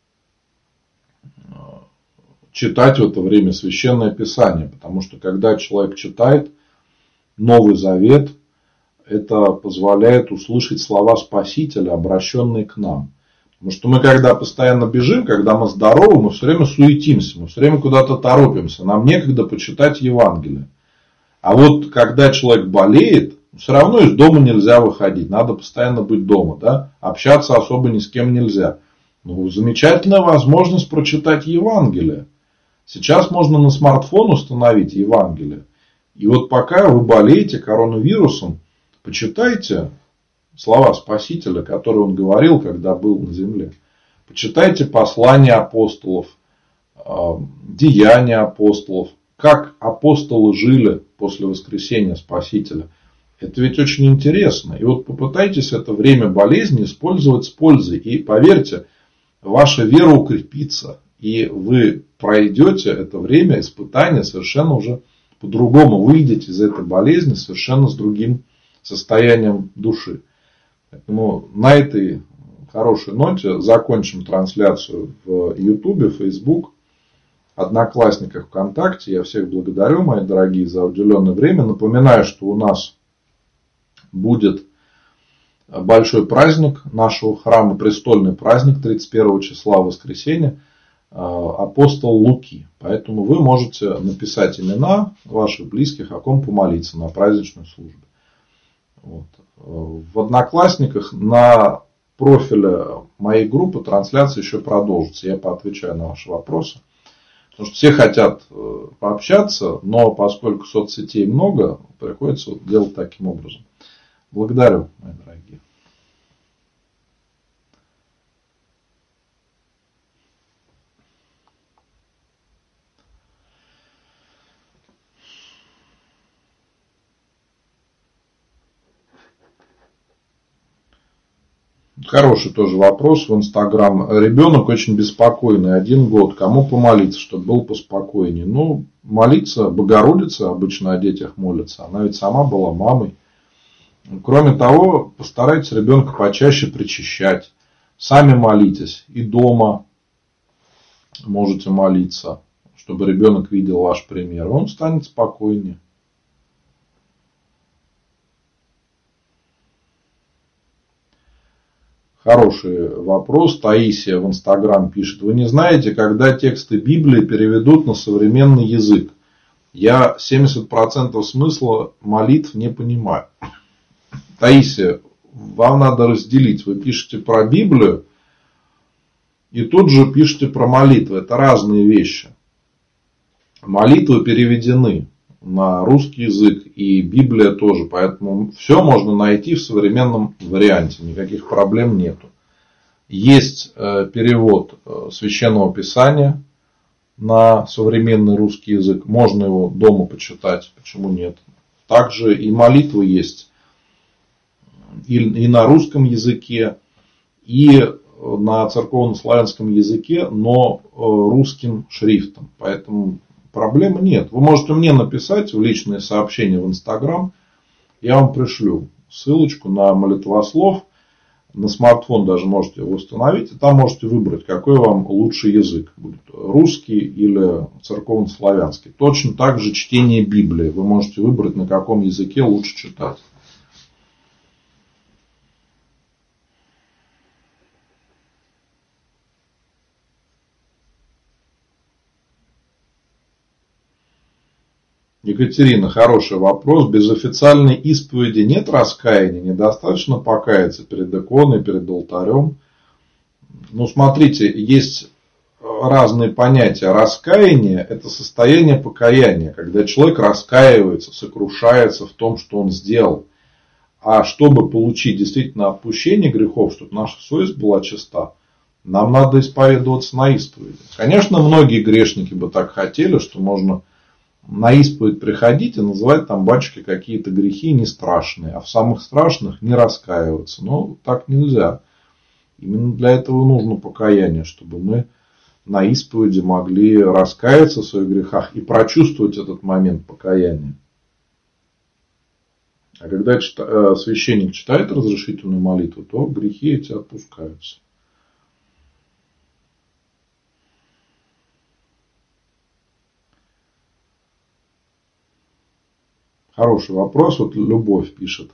читать в это время Священное Писание. Потому что когда человек читает Новый Завет, это позволяет услышать слова Спасителя, обращенные к нам. Потому что мы, когда постоянно бежим, когда мы здоровы, мы все время суетимся, мы все время куда-то торопимся. Нам некогда почитать Евангелие. А вот когда человек болеет, все равно из дома нельзя выходить. Надо постоянно быть дома. Да? Общаться особо ни с кем нельзя. Ну, замечательная возможность прочитать Евангелие. Сейчас можно на смартфон установить Евангелие. И вот пока вы болеете коронавирусом, почитайте слова Спасителя, которые он говорил, когда был на земле. Почитайте послания апостолов, деяния апостолов, как апостолы жили после воскресения Спасителя. Это ведь очень интересно. И вот попытайтесь это время болезни использовать с пользой. И поверьте, ваша вера укрепится. И вы пройдете это время испытания совершенно уже по-другому. Выйдете из этой болезни совершенно с другим состоянием души. Поэтому на этой хорошей ноте закончим трансляцию в YouTube, Facebook, Одноклассниках, ВКонтакте. Я всех благодарю, мои дорогие, за уделенное время. Напоминаю, что у нас будет большой праздник нашего храма, престольный праздник 31 числа, воскресенье, апостол Луки. Поэтому вы можете написать имена ваших близких, о ком помолиться на праздничной службе. Вот. В Одноклассниках на профиле моей группы трансляция еще продолжится. Я поотвечаю на ваши вопросы. Потому что все хотят пообщаться, но поскольку соцсетей много, приходится делать таким образом. Благодарю, мои дорогие. Хороший тоже вопрос в Инстаграм. Ребенок очень беспокойный, 1 год. Кому помолиться, чтобы был поспокойнее? Ну, молиться, Богородица обычно о детях молится. Она ведь сама была мамой. Кроме того, постарайтесь ребенка почаще причащать. Сами молитесь. И дома можете молиться, чтобы ребенок видел ваш пример. Он станет спокойнее. Хороший вопрос. Таисия в Инстаграм пишет. Вы не знаете, когда тексты Библии переведут на современный язык? Я 70% смысла молитв не понимаю. Таисия, вам надо разделить. Вы пишете про Библию и тут же пишете про молитвы. Это разные вещи. Молитвы переведены на русский язык и Библия тоже. Поэтому все можно найти в современном варианте. Никаких проблем нету. Есть перевод Священного Писания на современный русский язык. Можно его дома почитать. Почему нет? Также и молитвы есть. И на русском языке, и на церковно-славянском языке, но русским шрифтом. Поэтому проблемы нет. Вы можете мне написать в личные сообщения в Инстаграм. Я вам пришлю ссылочку на молитвослов. На смартфон даже можете его установить. И там можете выбрать, какой вам лучший язык. Будет русский или церковно-славянский. Точно так же чтение Библии. Вы можете выбрать, на каком языке лучше читать. Екатерина, хороший вопрос. Без официальной исповеди нет раскаяния? Недостаточно покаяться перед иконой, перед алтарем? Ну, смотрите, есть разные понятия. Раскаяние – это состояние покаяния, когда человек раскаивается, сокрушается в том, что он сделал. А чтобы получить действительно отпущение грехов, чтобы наша совесть была чиста, нам надо исповедоваться на исповеди. Конечно, многие грешники бы так хотели, что можно на исповедь приходить и называть там, батюшки, какие-то грехи не страшные, а в самых страшных не раскаиваться. Но так нельзя. Именно для этого нужно покаяние, чтобы мы на исповеди могли раскаяться в своих грехах и прочувствовать этот момент покаяния. А когда священник читает разрешительную молитву, то грехи эти отпускаются. Хороший вопрос. Вот Любовь пишет.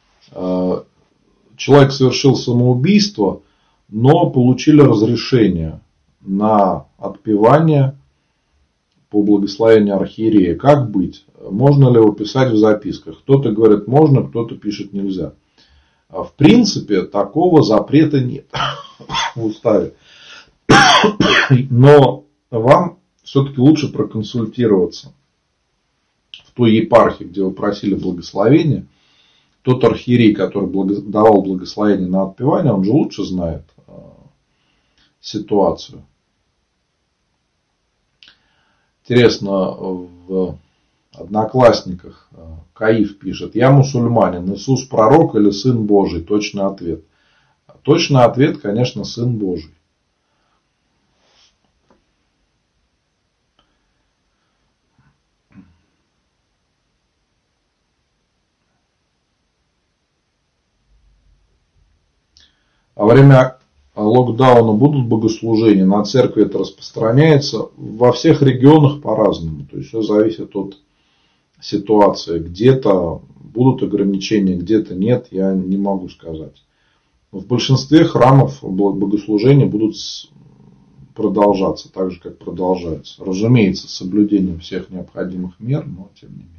Человек совершил самоубийство, но получили разрешение на отпевание по благословению архиерея. Как быть? Можно ли его писать в записках? Кто-то говорит можно, кто-то пишет нельзя. В принципе, такого запрета нет в уставе. Но вам все-таки лучше проконсультироваться в той епархии, где вы просили благословения. Тот архиерей, который давал благословение на отпевание, он же лучше знает ситуацию. Интересно, в Одноклассниках Каиф пишет: я мусульманин, Иисус пророк или сын Божий? Точный ответ. Точный ответ, конечно, сын Божий. Во время локдауна будут богослужения, на церкви это распространяется. Во всех регионах по-разному. То есть все зависит от ситуации. Где-то будут ограничения, где-то нет, я не могу сказать. В большинстве храмов богослужения будут продолжаться, так же как продолжаются. Разумеется, с соблюдением всех необходимых мер, но тем не менее.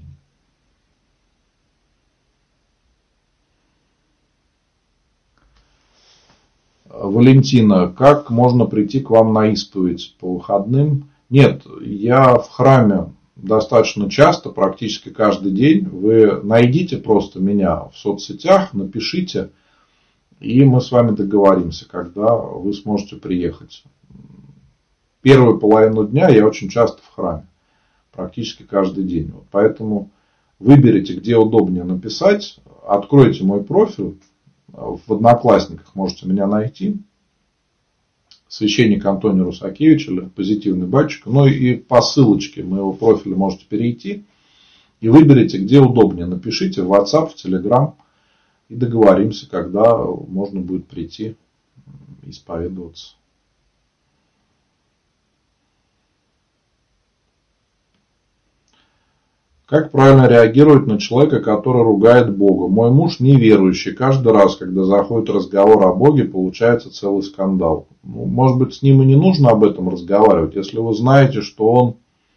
Валентина, как можно прийти к вам на исповедь по выходным? Нет, я в храме достаточно часто, практически каждый день. Вы найдите просто меня в соцсетях, напишите, и мы с вами договоримся, когда вы сможете приехать. Первую половину дня я очень часто в храме, практически каждый день. Поэтому выберите, где удобнее написать, откройте мой профиль. В Одноклассниках можете меня найти. Священник Антоний Русакевич или Позитивный батюшка. Ну и по ссылочке моего профиля можете перейти. И выберите, где удобнее. Напишите в WhatsApp, в Telegram. И договоримся, когда можно будет прийти исповедоваться. Как правильно реагировать на человека, который ругает Бога? Мой муж неверующий. Каждый раз, когда заходит разговор о Боге, получается целый скандал. Может быть, с ним и не нужно об этом разговаривать. Если вы знаете, что он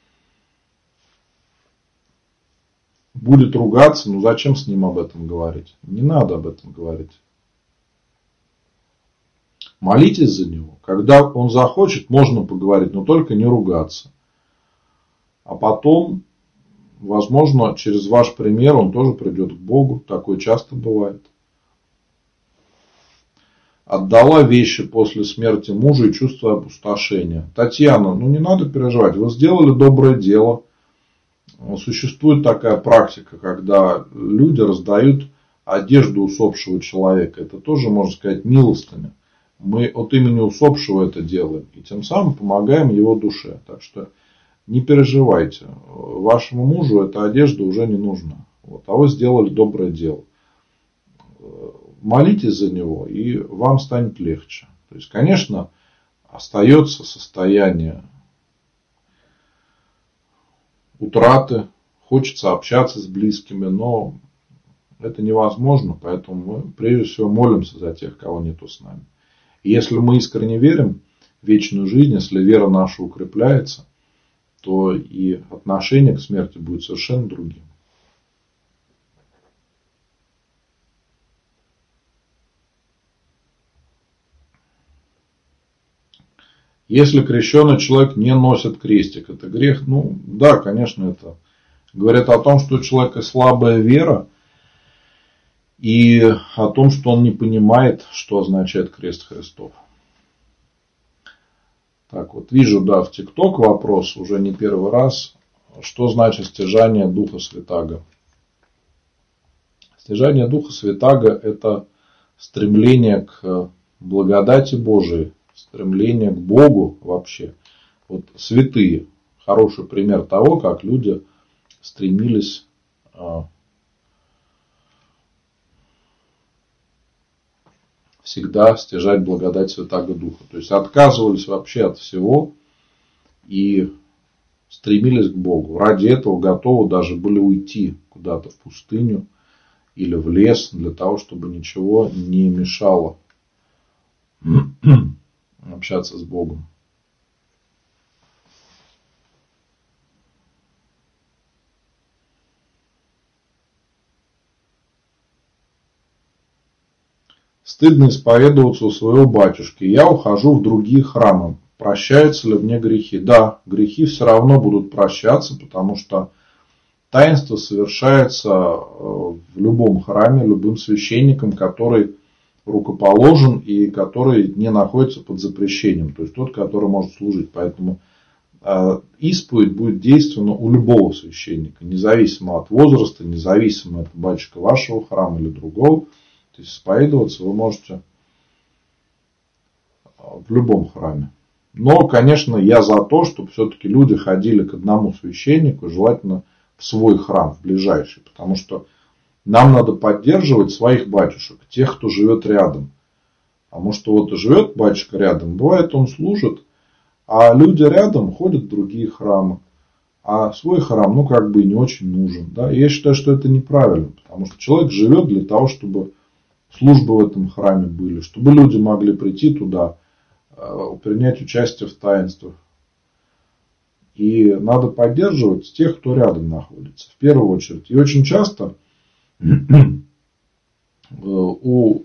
будет ругаться, зачем с ним об этом говорить? Не надо об этом говорить. Молитесь за него. Когда он захочет, можно поговорить, но только не ругаться. А потом, возможно, через ваш пример он тоже придет к Богу. Такое часто бывает. Отдала вещи после смерти мужа и чувство опустошения. Татьяна, не надо переживать. Вы сделали доброе дело. Существует такая практика, когда люди раздают одежду усопшего человека. Это тоже, можно сказать, милостыня. Мы от имени усопшего это делаем. И тем самым помогаем его душе. Так что не переживайте. Вашему мужу эта одежда уже не нужна. А вы сделали доброе дело. Молитесь за него, и вам станет легче. То есть, конечно, остается состояние утраты. Хочется общаться с близкими, но это невозможно. Поэтому мы прежде всего молимся за тех, кого нету с нами. И если мы искренне верим в вечную жизнь, если вера наша укрепляется, то и отношение к смерти будет совершенно другим. Если крещеный человек не носит крестик, это грех? Ну, да, конечно, это говорит о том, что у человека слабая вера и о том, что он не понимает, что означает крест Христов. Так вот, вижу, да, в ТикТок вопрос уже не первый раз. Что значит стяжание Духа Святаго? Стяжание Духа Святаго – это стремление к благодати Божией, стремление к Богу вообще. Вот святые – хороший пример того, как люди стремились всегда стяжать благодать Святаго Духа. То есть отказывались вообще от всего и стремились к Богу. Ради этого готовы даже были уйти куда-то в пустыню или в лес, для того, чтобы ничего не мешало общаться с Богом. Стыдно исповедоваться у своего батюшки. Я ухожу в другие храмы. Прощаются ли мне грехи? Да, грехи все равно будут прощаться, потому что таинство совершается в любом храме, любым священником, который рукоположен и который не находится под запрещением. То есть тот, который может служить. Поэтому исповедь будет действенна у любого священника, независимо от возраста, независимо от батюшка вашего храма или другого. То есть исповедоваться вы можете в любом храме. Но, конечно, я за то, чтобы все-таки люди ходили к одному священнику, желательно в свой храм, в ближайший. Потому что нам надо поддерживать своих батюшек, тех, кто живет рядом. Потому что вот живет батюшка рядом, бывает он служит, а люди рядом ходят в другие храмы. А свой храм, ну, как бы и не очень нужен. Да? И я считаю, что это неправильно. Потому что человек живет для того, чтобы службы в этом храме были, чтобы люди могли прийти туда, принять участие в таинствах. И надо поддерживать тех, кто рядом находится, в первую очередь. И очень часто у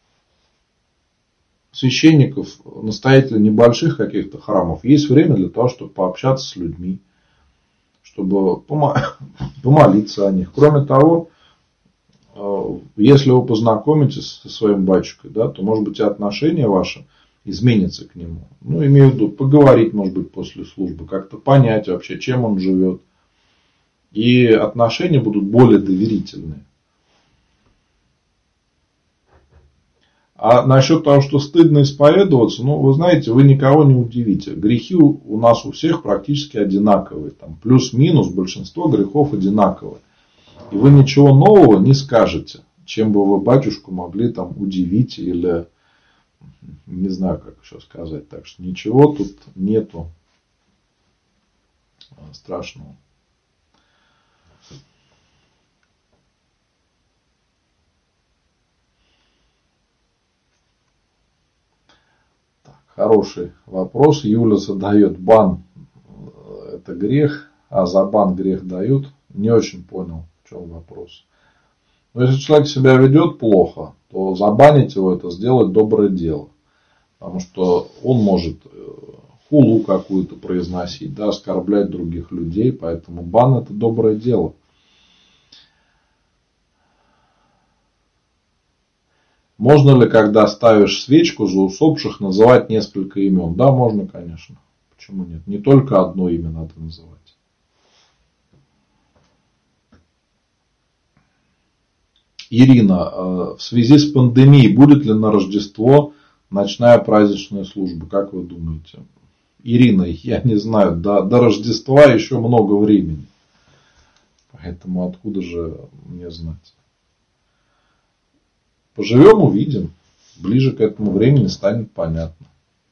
священников, настоятелей небольших каких-то храмов есть время для того, чтобы пообщаться с людьми, чтобы помолиться о них. Кроме того, если вы познакомитесь со своим батюшкой, да, то, может быть, и отношение ваше изменится к нему. Ну, имею в виду, поговорить, может быть, после службы, как-то понять вообще, чем он живет. И отношения будут более доверительные. А насчет того, что стыдно исповедоваться, ну, вы знаете, вы никого не удивите. Грехи у нас у всех практически одинаковые. Там плюс-минус большинство грехов одинаковые. И вы ничего нового не скажете, чем бы вы батюшку могли там удивить или не знаю, как еще сказать. Так что ничего тут нету страшного. Так, хороший вопрос. Юля задает: бан это грех, а за бан грех дают. Не очень понял, в чем вопрос. Но если человек себя ведет плохо, то забанить его — это сделать доброе дело. Потому что он может хулу какую-то произносить, да, оскорблять других людей. Поэтому бан — это доброе дело. Можно ли, когда ставишь свечку за усопших, называть несколько имен? Да, можно, конечно. Почему нет? Не только одно имя надо называть. Ирина, в связи с пандемией будет ли на Рождество ночная праздничная служба? Как вы думаете? Ирина, я не знаю, до Рождества еще много времени. Поэтому откуда же мне знать? Поживем, увидим. Ближе к этому времени станет понятно.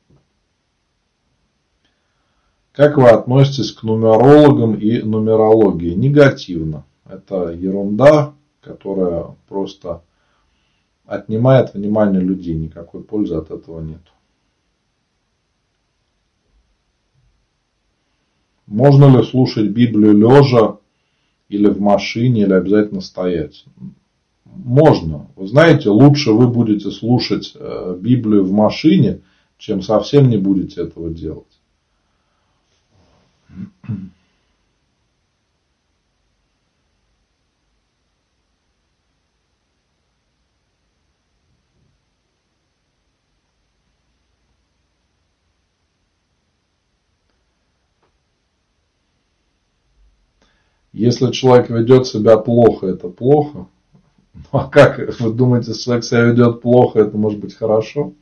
Как вы относитесь к нумерологам и нумерологии? Негативно. Это ерунда, которая просто отнимает внимание людей. Никакой пользы от этого нет. Можно ли слушать Библию лежа или в машине, или обязательно стоять? Можно. Вы знаете, лучше вы будете слушать Библию в машине, чем совсем не будете этого делать. Если человек ведет себя плохо, это плохо. Ну а как вы думаете, если человек себя ведет плохо, это может быть хорошо?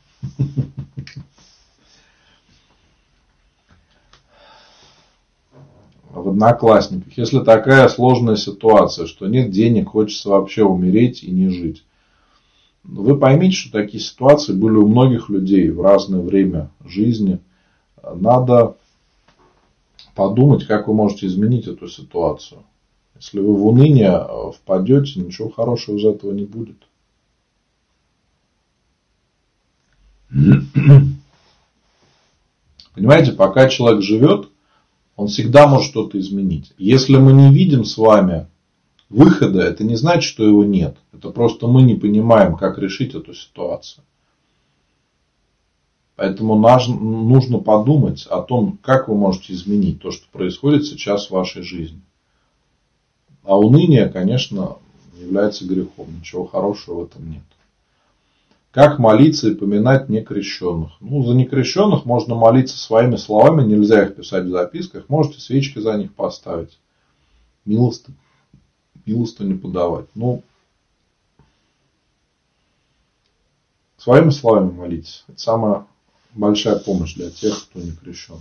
В Одноклассниках. Если такая сложная ситуация, что нет денег, хочется вообще умереть и не жить. Вы поймите, что такие ситуации были у многих людей в разное время жизни. Надо подумать, как вы можете изменить эту ситуацию. Если вы в уныние впадете, ничего хорошего из этого не будет. Понимаете, пока человек живет, он всегда может что-то изменить. Если мы не видим с вами выхода, это не значит, что его нет. Это просто мы не понимаем, как решить эту ситуацию. Поэтому нужно подумать о том, как вы можете изменить то, что происходит сейчас в вашей жизни. А уныние, конечно, является грехом. Ничего хорошего в этом нет. Как молиться и поминать некрещенных? За некрещенных можно молиться своими словами, нельзя их писать в записках. Можете свечки за них поставить. Милостыню подавать. Своими словами молитесь. Это самая большая помощь для тех, кто не крещен.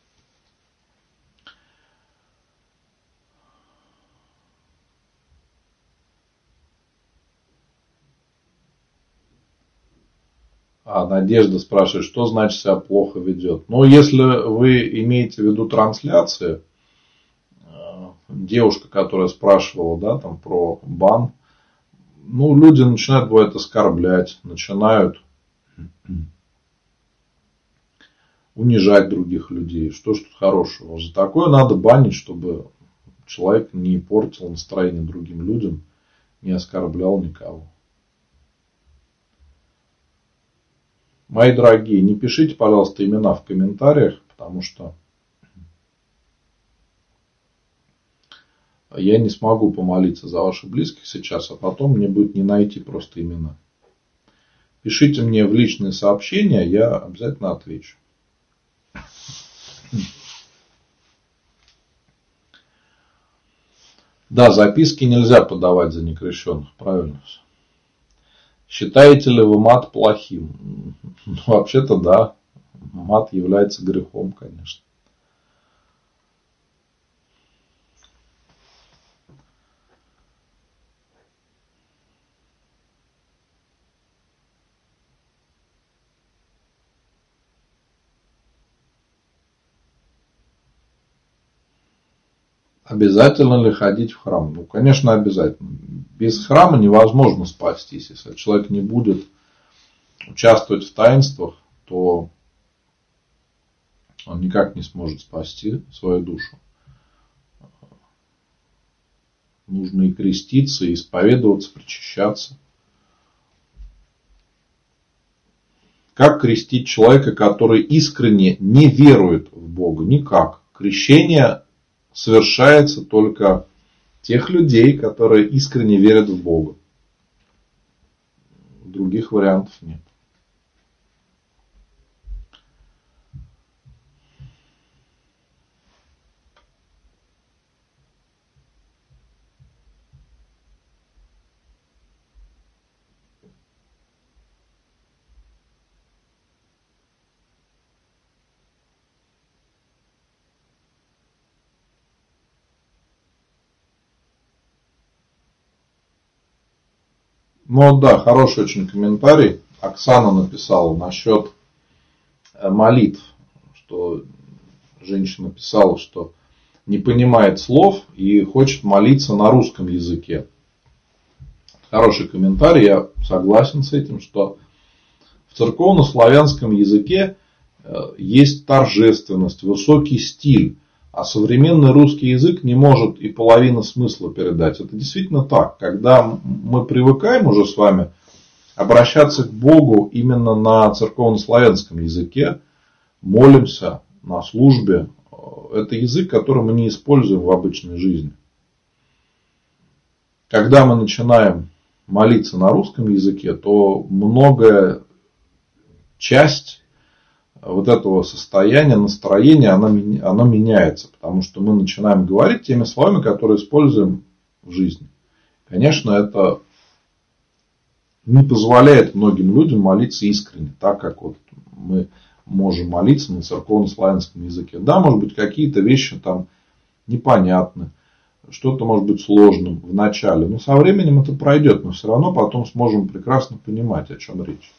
Надежда спрашивает, что значит себя плохо ведет. Если вы имеете в виду трансляции, девушка, которая спрашивала, про бан, люди начинают, бывает, оскорблять, начинают унижать других людей. Что ж тут хорошего? За такое надо банить, чтобы человек не портил настроение другим людям, не оскорблял никого. Мои дорогие, не пишите, пожалуйста, имена в комментариях, потому что я не смогу помолиться за ваших близких сейчас, а потом мне будет не найти просто имена. Пишите мне в личные сообщения, я обязательно отвечу. Да, записки нельзя подавать за некрещенных, правильно все. Считаете ли вы мат плохим? Вообще-то да. Мат является грехом, конечно. Обязательно ли ходить в храм? Конечно, обязательно. Без храма невозможно спастись. Если человек не будет участвовать в таинствах, то он никак не сможет спасти свою душу. Нужно и креститься, и исповедоваться, причащаться. Как крестить человека, который искренне не верует в Бога? Никак. Крещение совершается только тех людей, которые искренне верят в Бога. Других вариантов нет. Да, хороший очень комментарий. Оксана написала насчет молитв, что женщина писала, что не понимает слов и хочет молиться на русском языке. Хороший комментарий, я согласен с этим, что в церковно-славянском языке есть торжественность, высокий стиль. А современный русский язык не может и половины смысла передать. Это действительно так. Когда мы привыкаем уже с вами обращаться к Богу именно на церковнославянском языке, молимся на службе, это язык, который мы не используем в обычной жизни. Когда мы начинаем молиться на русском языке, то многое часть вот этого состояния, настроения, оно меняется. Потому что мы начинаем говорить теми словами, которые используем в жизни. Конечно, это не позволяет многим людям молиться искренне, так как вот мы можем молиться на церковнославянском языке. Да, может быть, какие-то вещи там непонятны, что-то может быть сложным в начале, но со временем это пройдет, мы все равно потом сможем прекрасно понимать, о чем речь.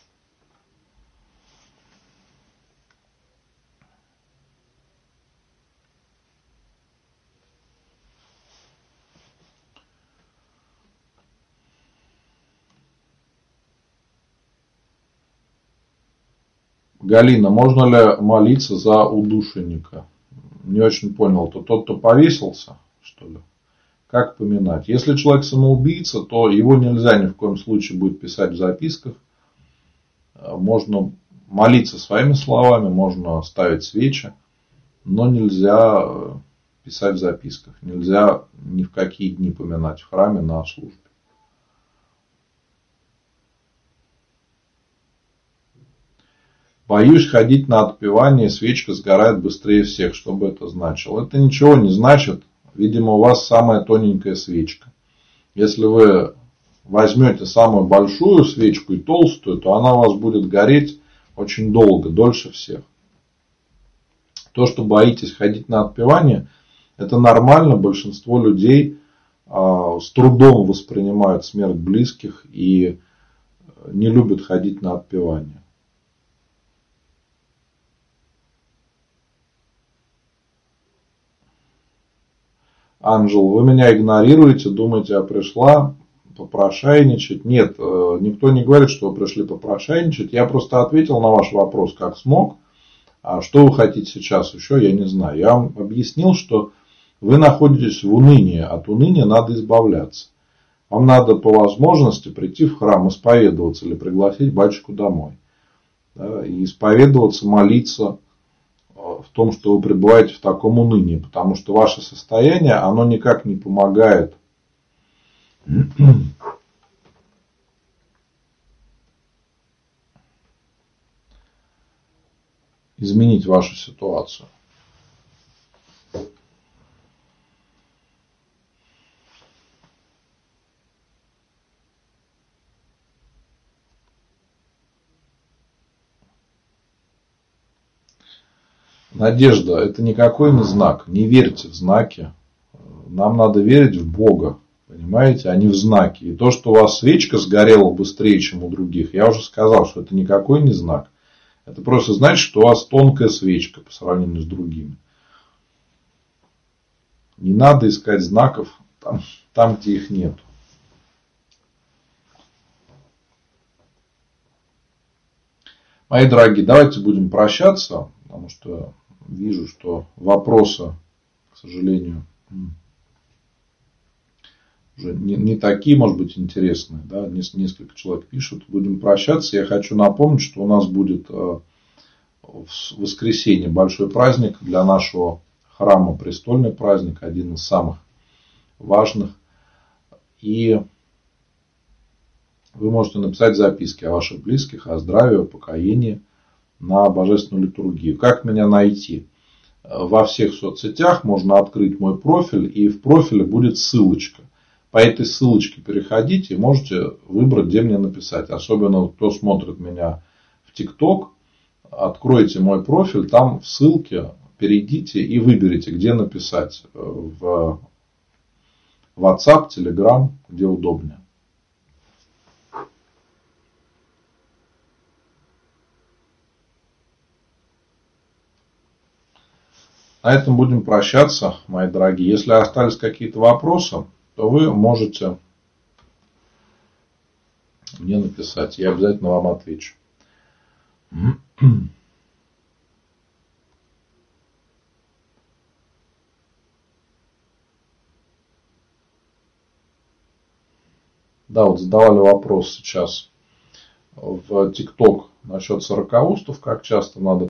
Галина, можно ли молиться за удушенника? Не очень понял. Это тот, кто повесился, что ли? Как поминать? Если человек самоубийца, то его нельзя ни в коем случае будет писать в записках. Можно молиться своими словами, можно ставить свечи, но нельзя писать в записках. Нельзя ни в какие дни поминать в храме на службе. Боюсь ходить на отпевание, свечка сгорает быстрее всех. Что бы это значило? Это ничего не значит. Видимо, у вас самая тоненькая свечка. Если вы возьмете самую большую свечку и толстую, то она у вас будет гореть очень долго, дольше всех. То, что боитесь ходить на отпевание, это нормально. Большинство людей с трудом воспринимают смерть близких и не любят ходить на отпевание. Анжел, вы меня игнорируете, думаете, я пришла попрошайничать. Нет, никто не говорит, что вы пришли попрошайничать. Я просто ответил на ваш вопрос, как смог. А что вы хотите сейчас еще, я не знаю. Я вам объяснил, что вы находитесь в унынии. От уныния надо избавляться. Вам надо по возможности прийти в храм, исповедоваться или пригласить батюшку домой. Да, и исповедоваться, молиться в том, что вы пребываете в таком унынии. Потому что ваше состояние, оно никак не помогает изменить вашу ситуацию. Надежда, это никакой не знак. Не верьте в знаки. Нам надо верить в Бога, понимаете, а не в знаки. И то, что у вас свечка сгорела быстрее, чем у других, я уже сказал, что это никакой не знак. Это просто значит, что у вас тонкая свечка по сравнению с другими. Не надо искать знаков там где их нет. Мои дорогие, давайте будем прощаться, потому что вижу, что вопросы, к сожалению, уже не такие, может быть, интересные. Да? Несколько человек пишут. Будем прощаться. Я хочу напомнить, что у нас будет в воскресенье большой праздник для нашего храма, престольный праздник, один из самых важных. И вы можете написать записки о ваших близких, о здравии, о покоении на божественную литургию. Как меня найти? Во всех соцсетях можно открыть мой профиль, и в профиле будет ссылочка. По этой ссылочке переходите и можете выбрать, где мне написать. Особенно кто смотрит меня в ТикТок, откройте мой профиль, там в ссылке перейдите и выберите, где написать. В WhatsApp, Telegram, где удобнее. На этом будем прощаться, мои дорогие. Если остались какие-то вопросы, то вы можете мне написать. Я обязательно вам отвечу. Да, вот задавали вопрос сейчас в ТикТок насчет 40 устов, как часто надо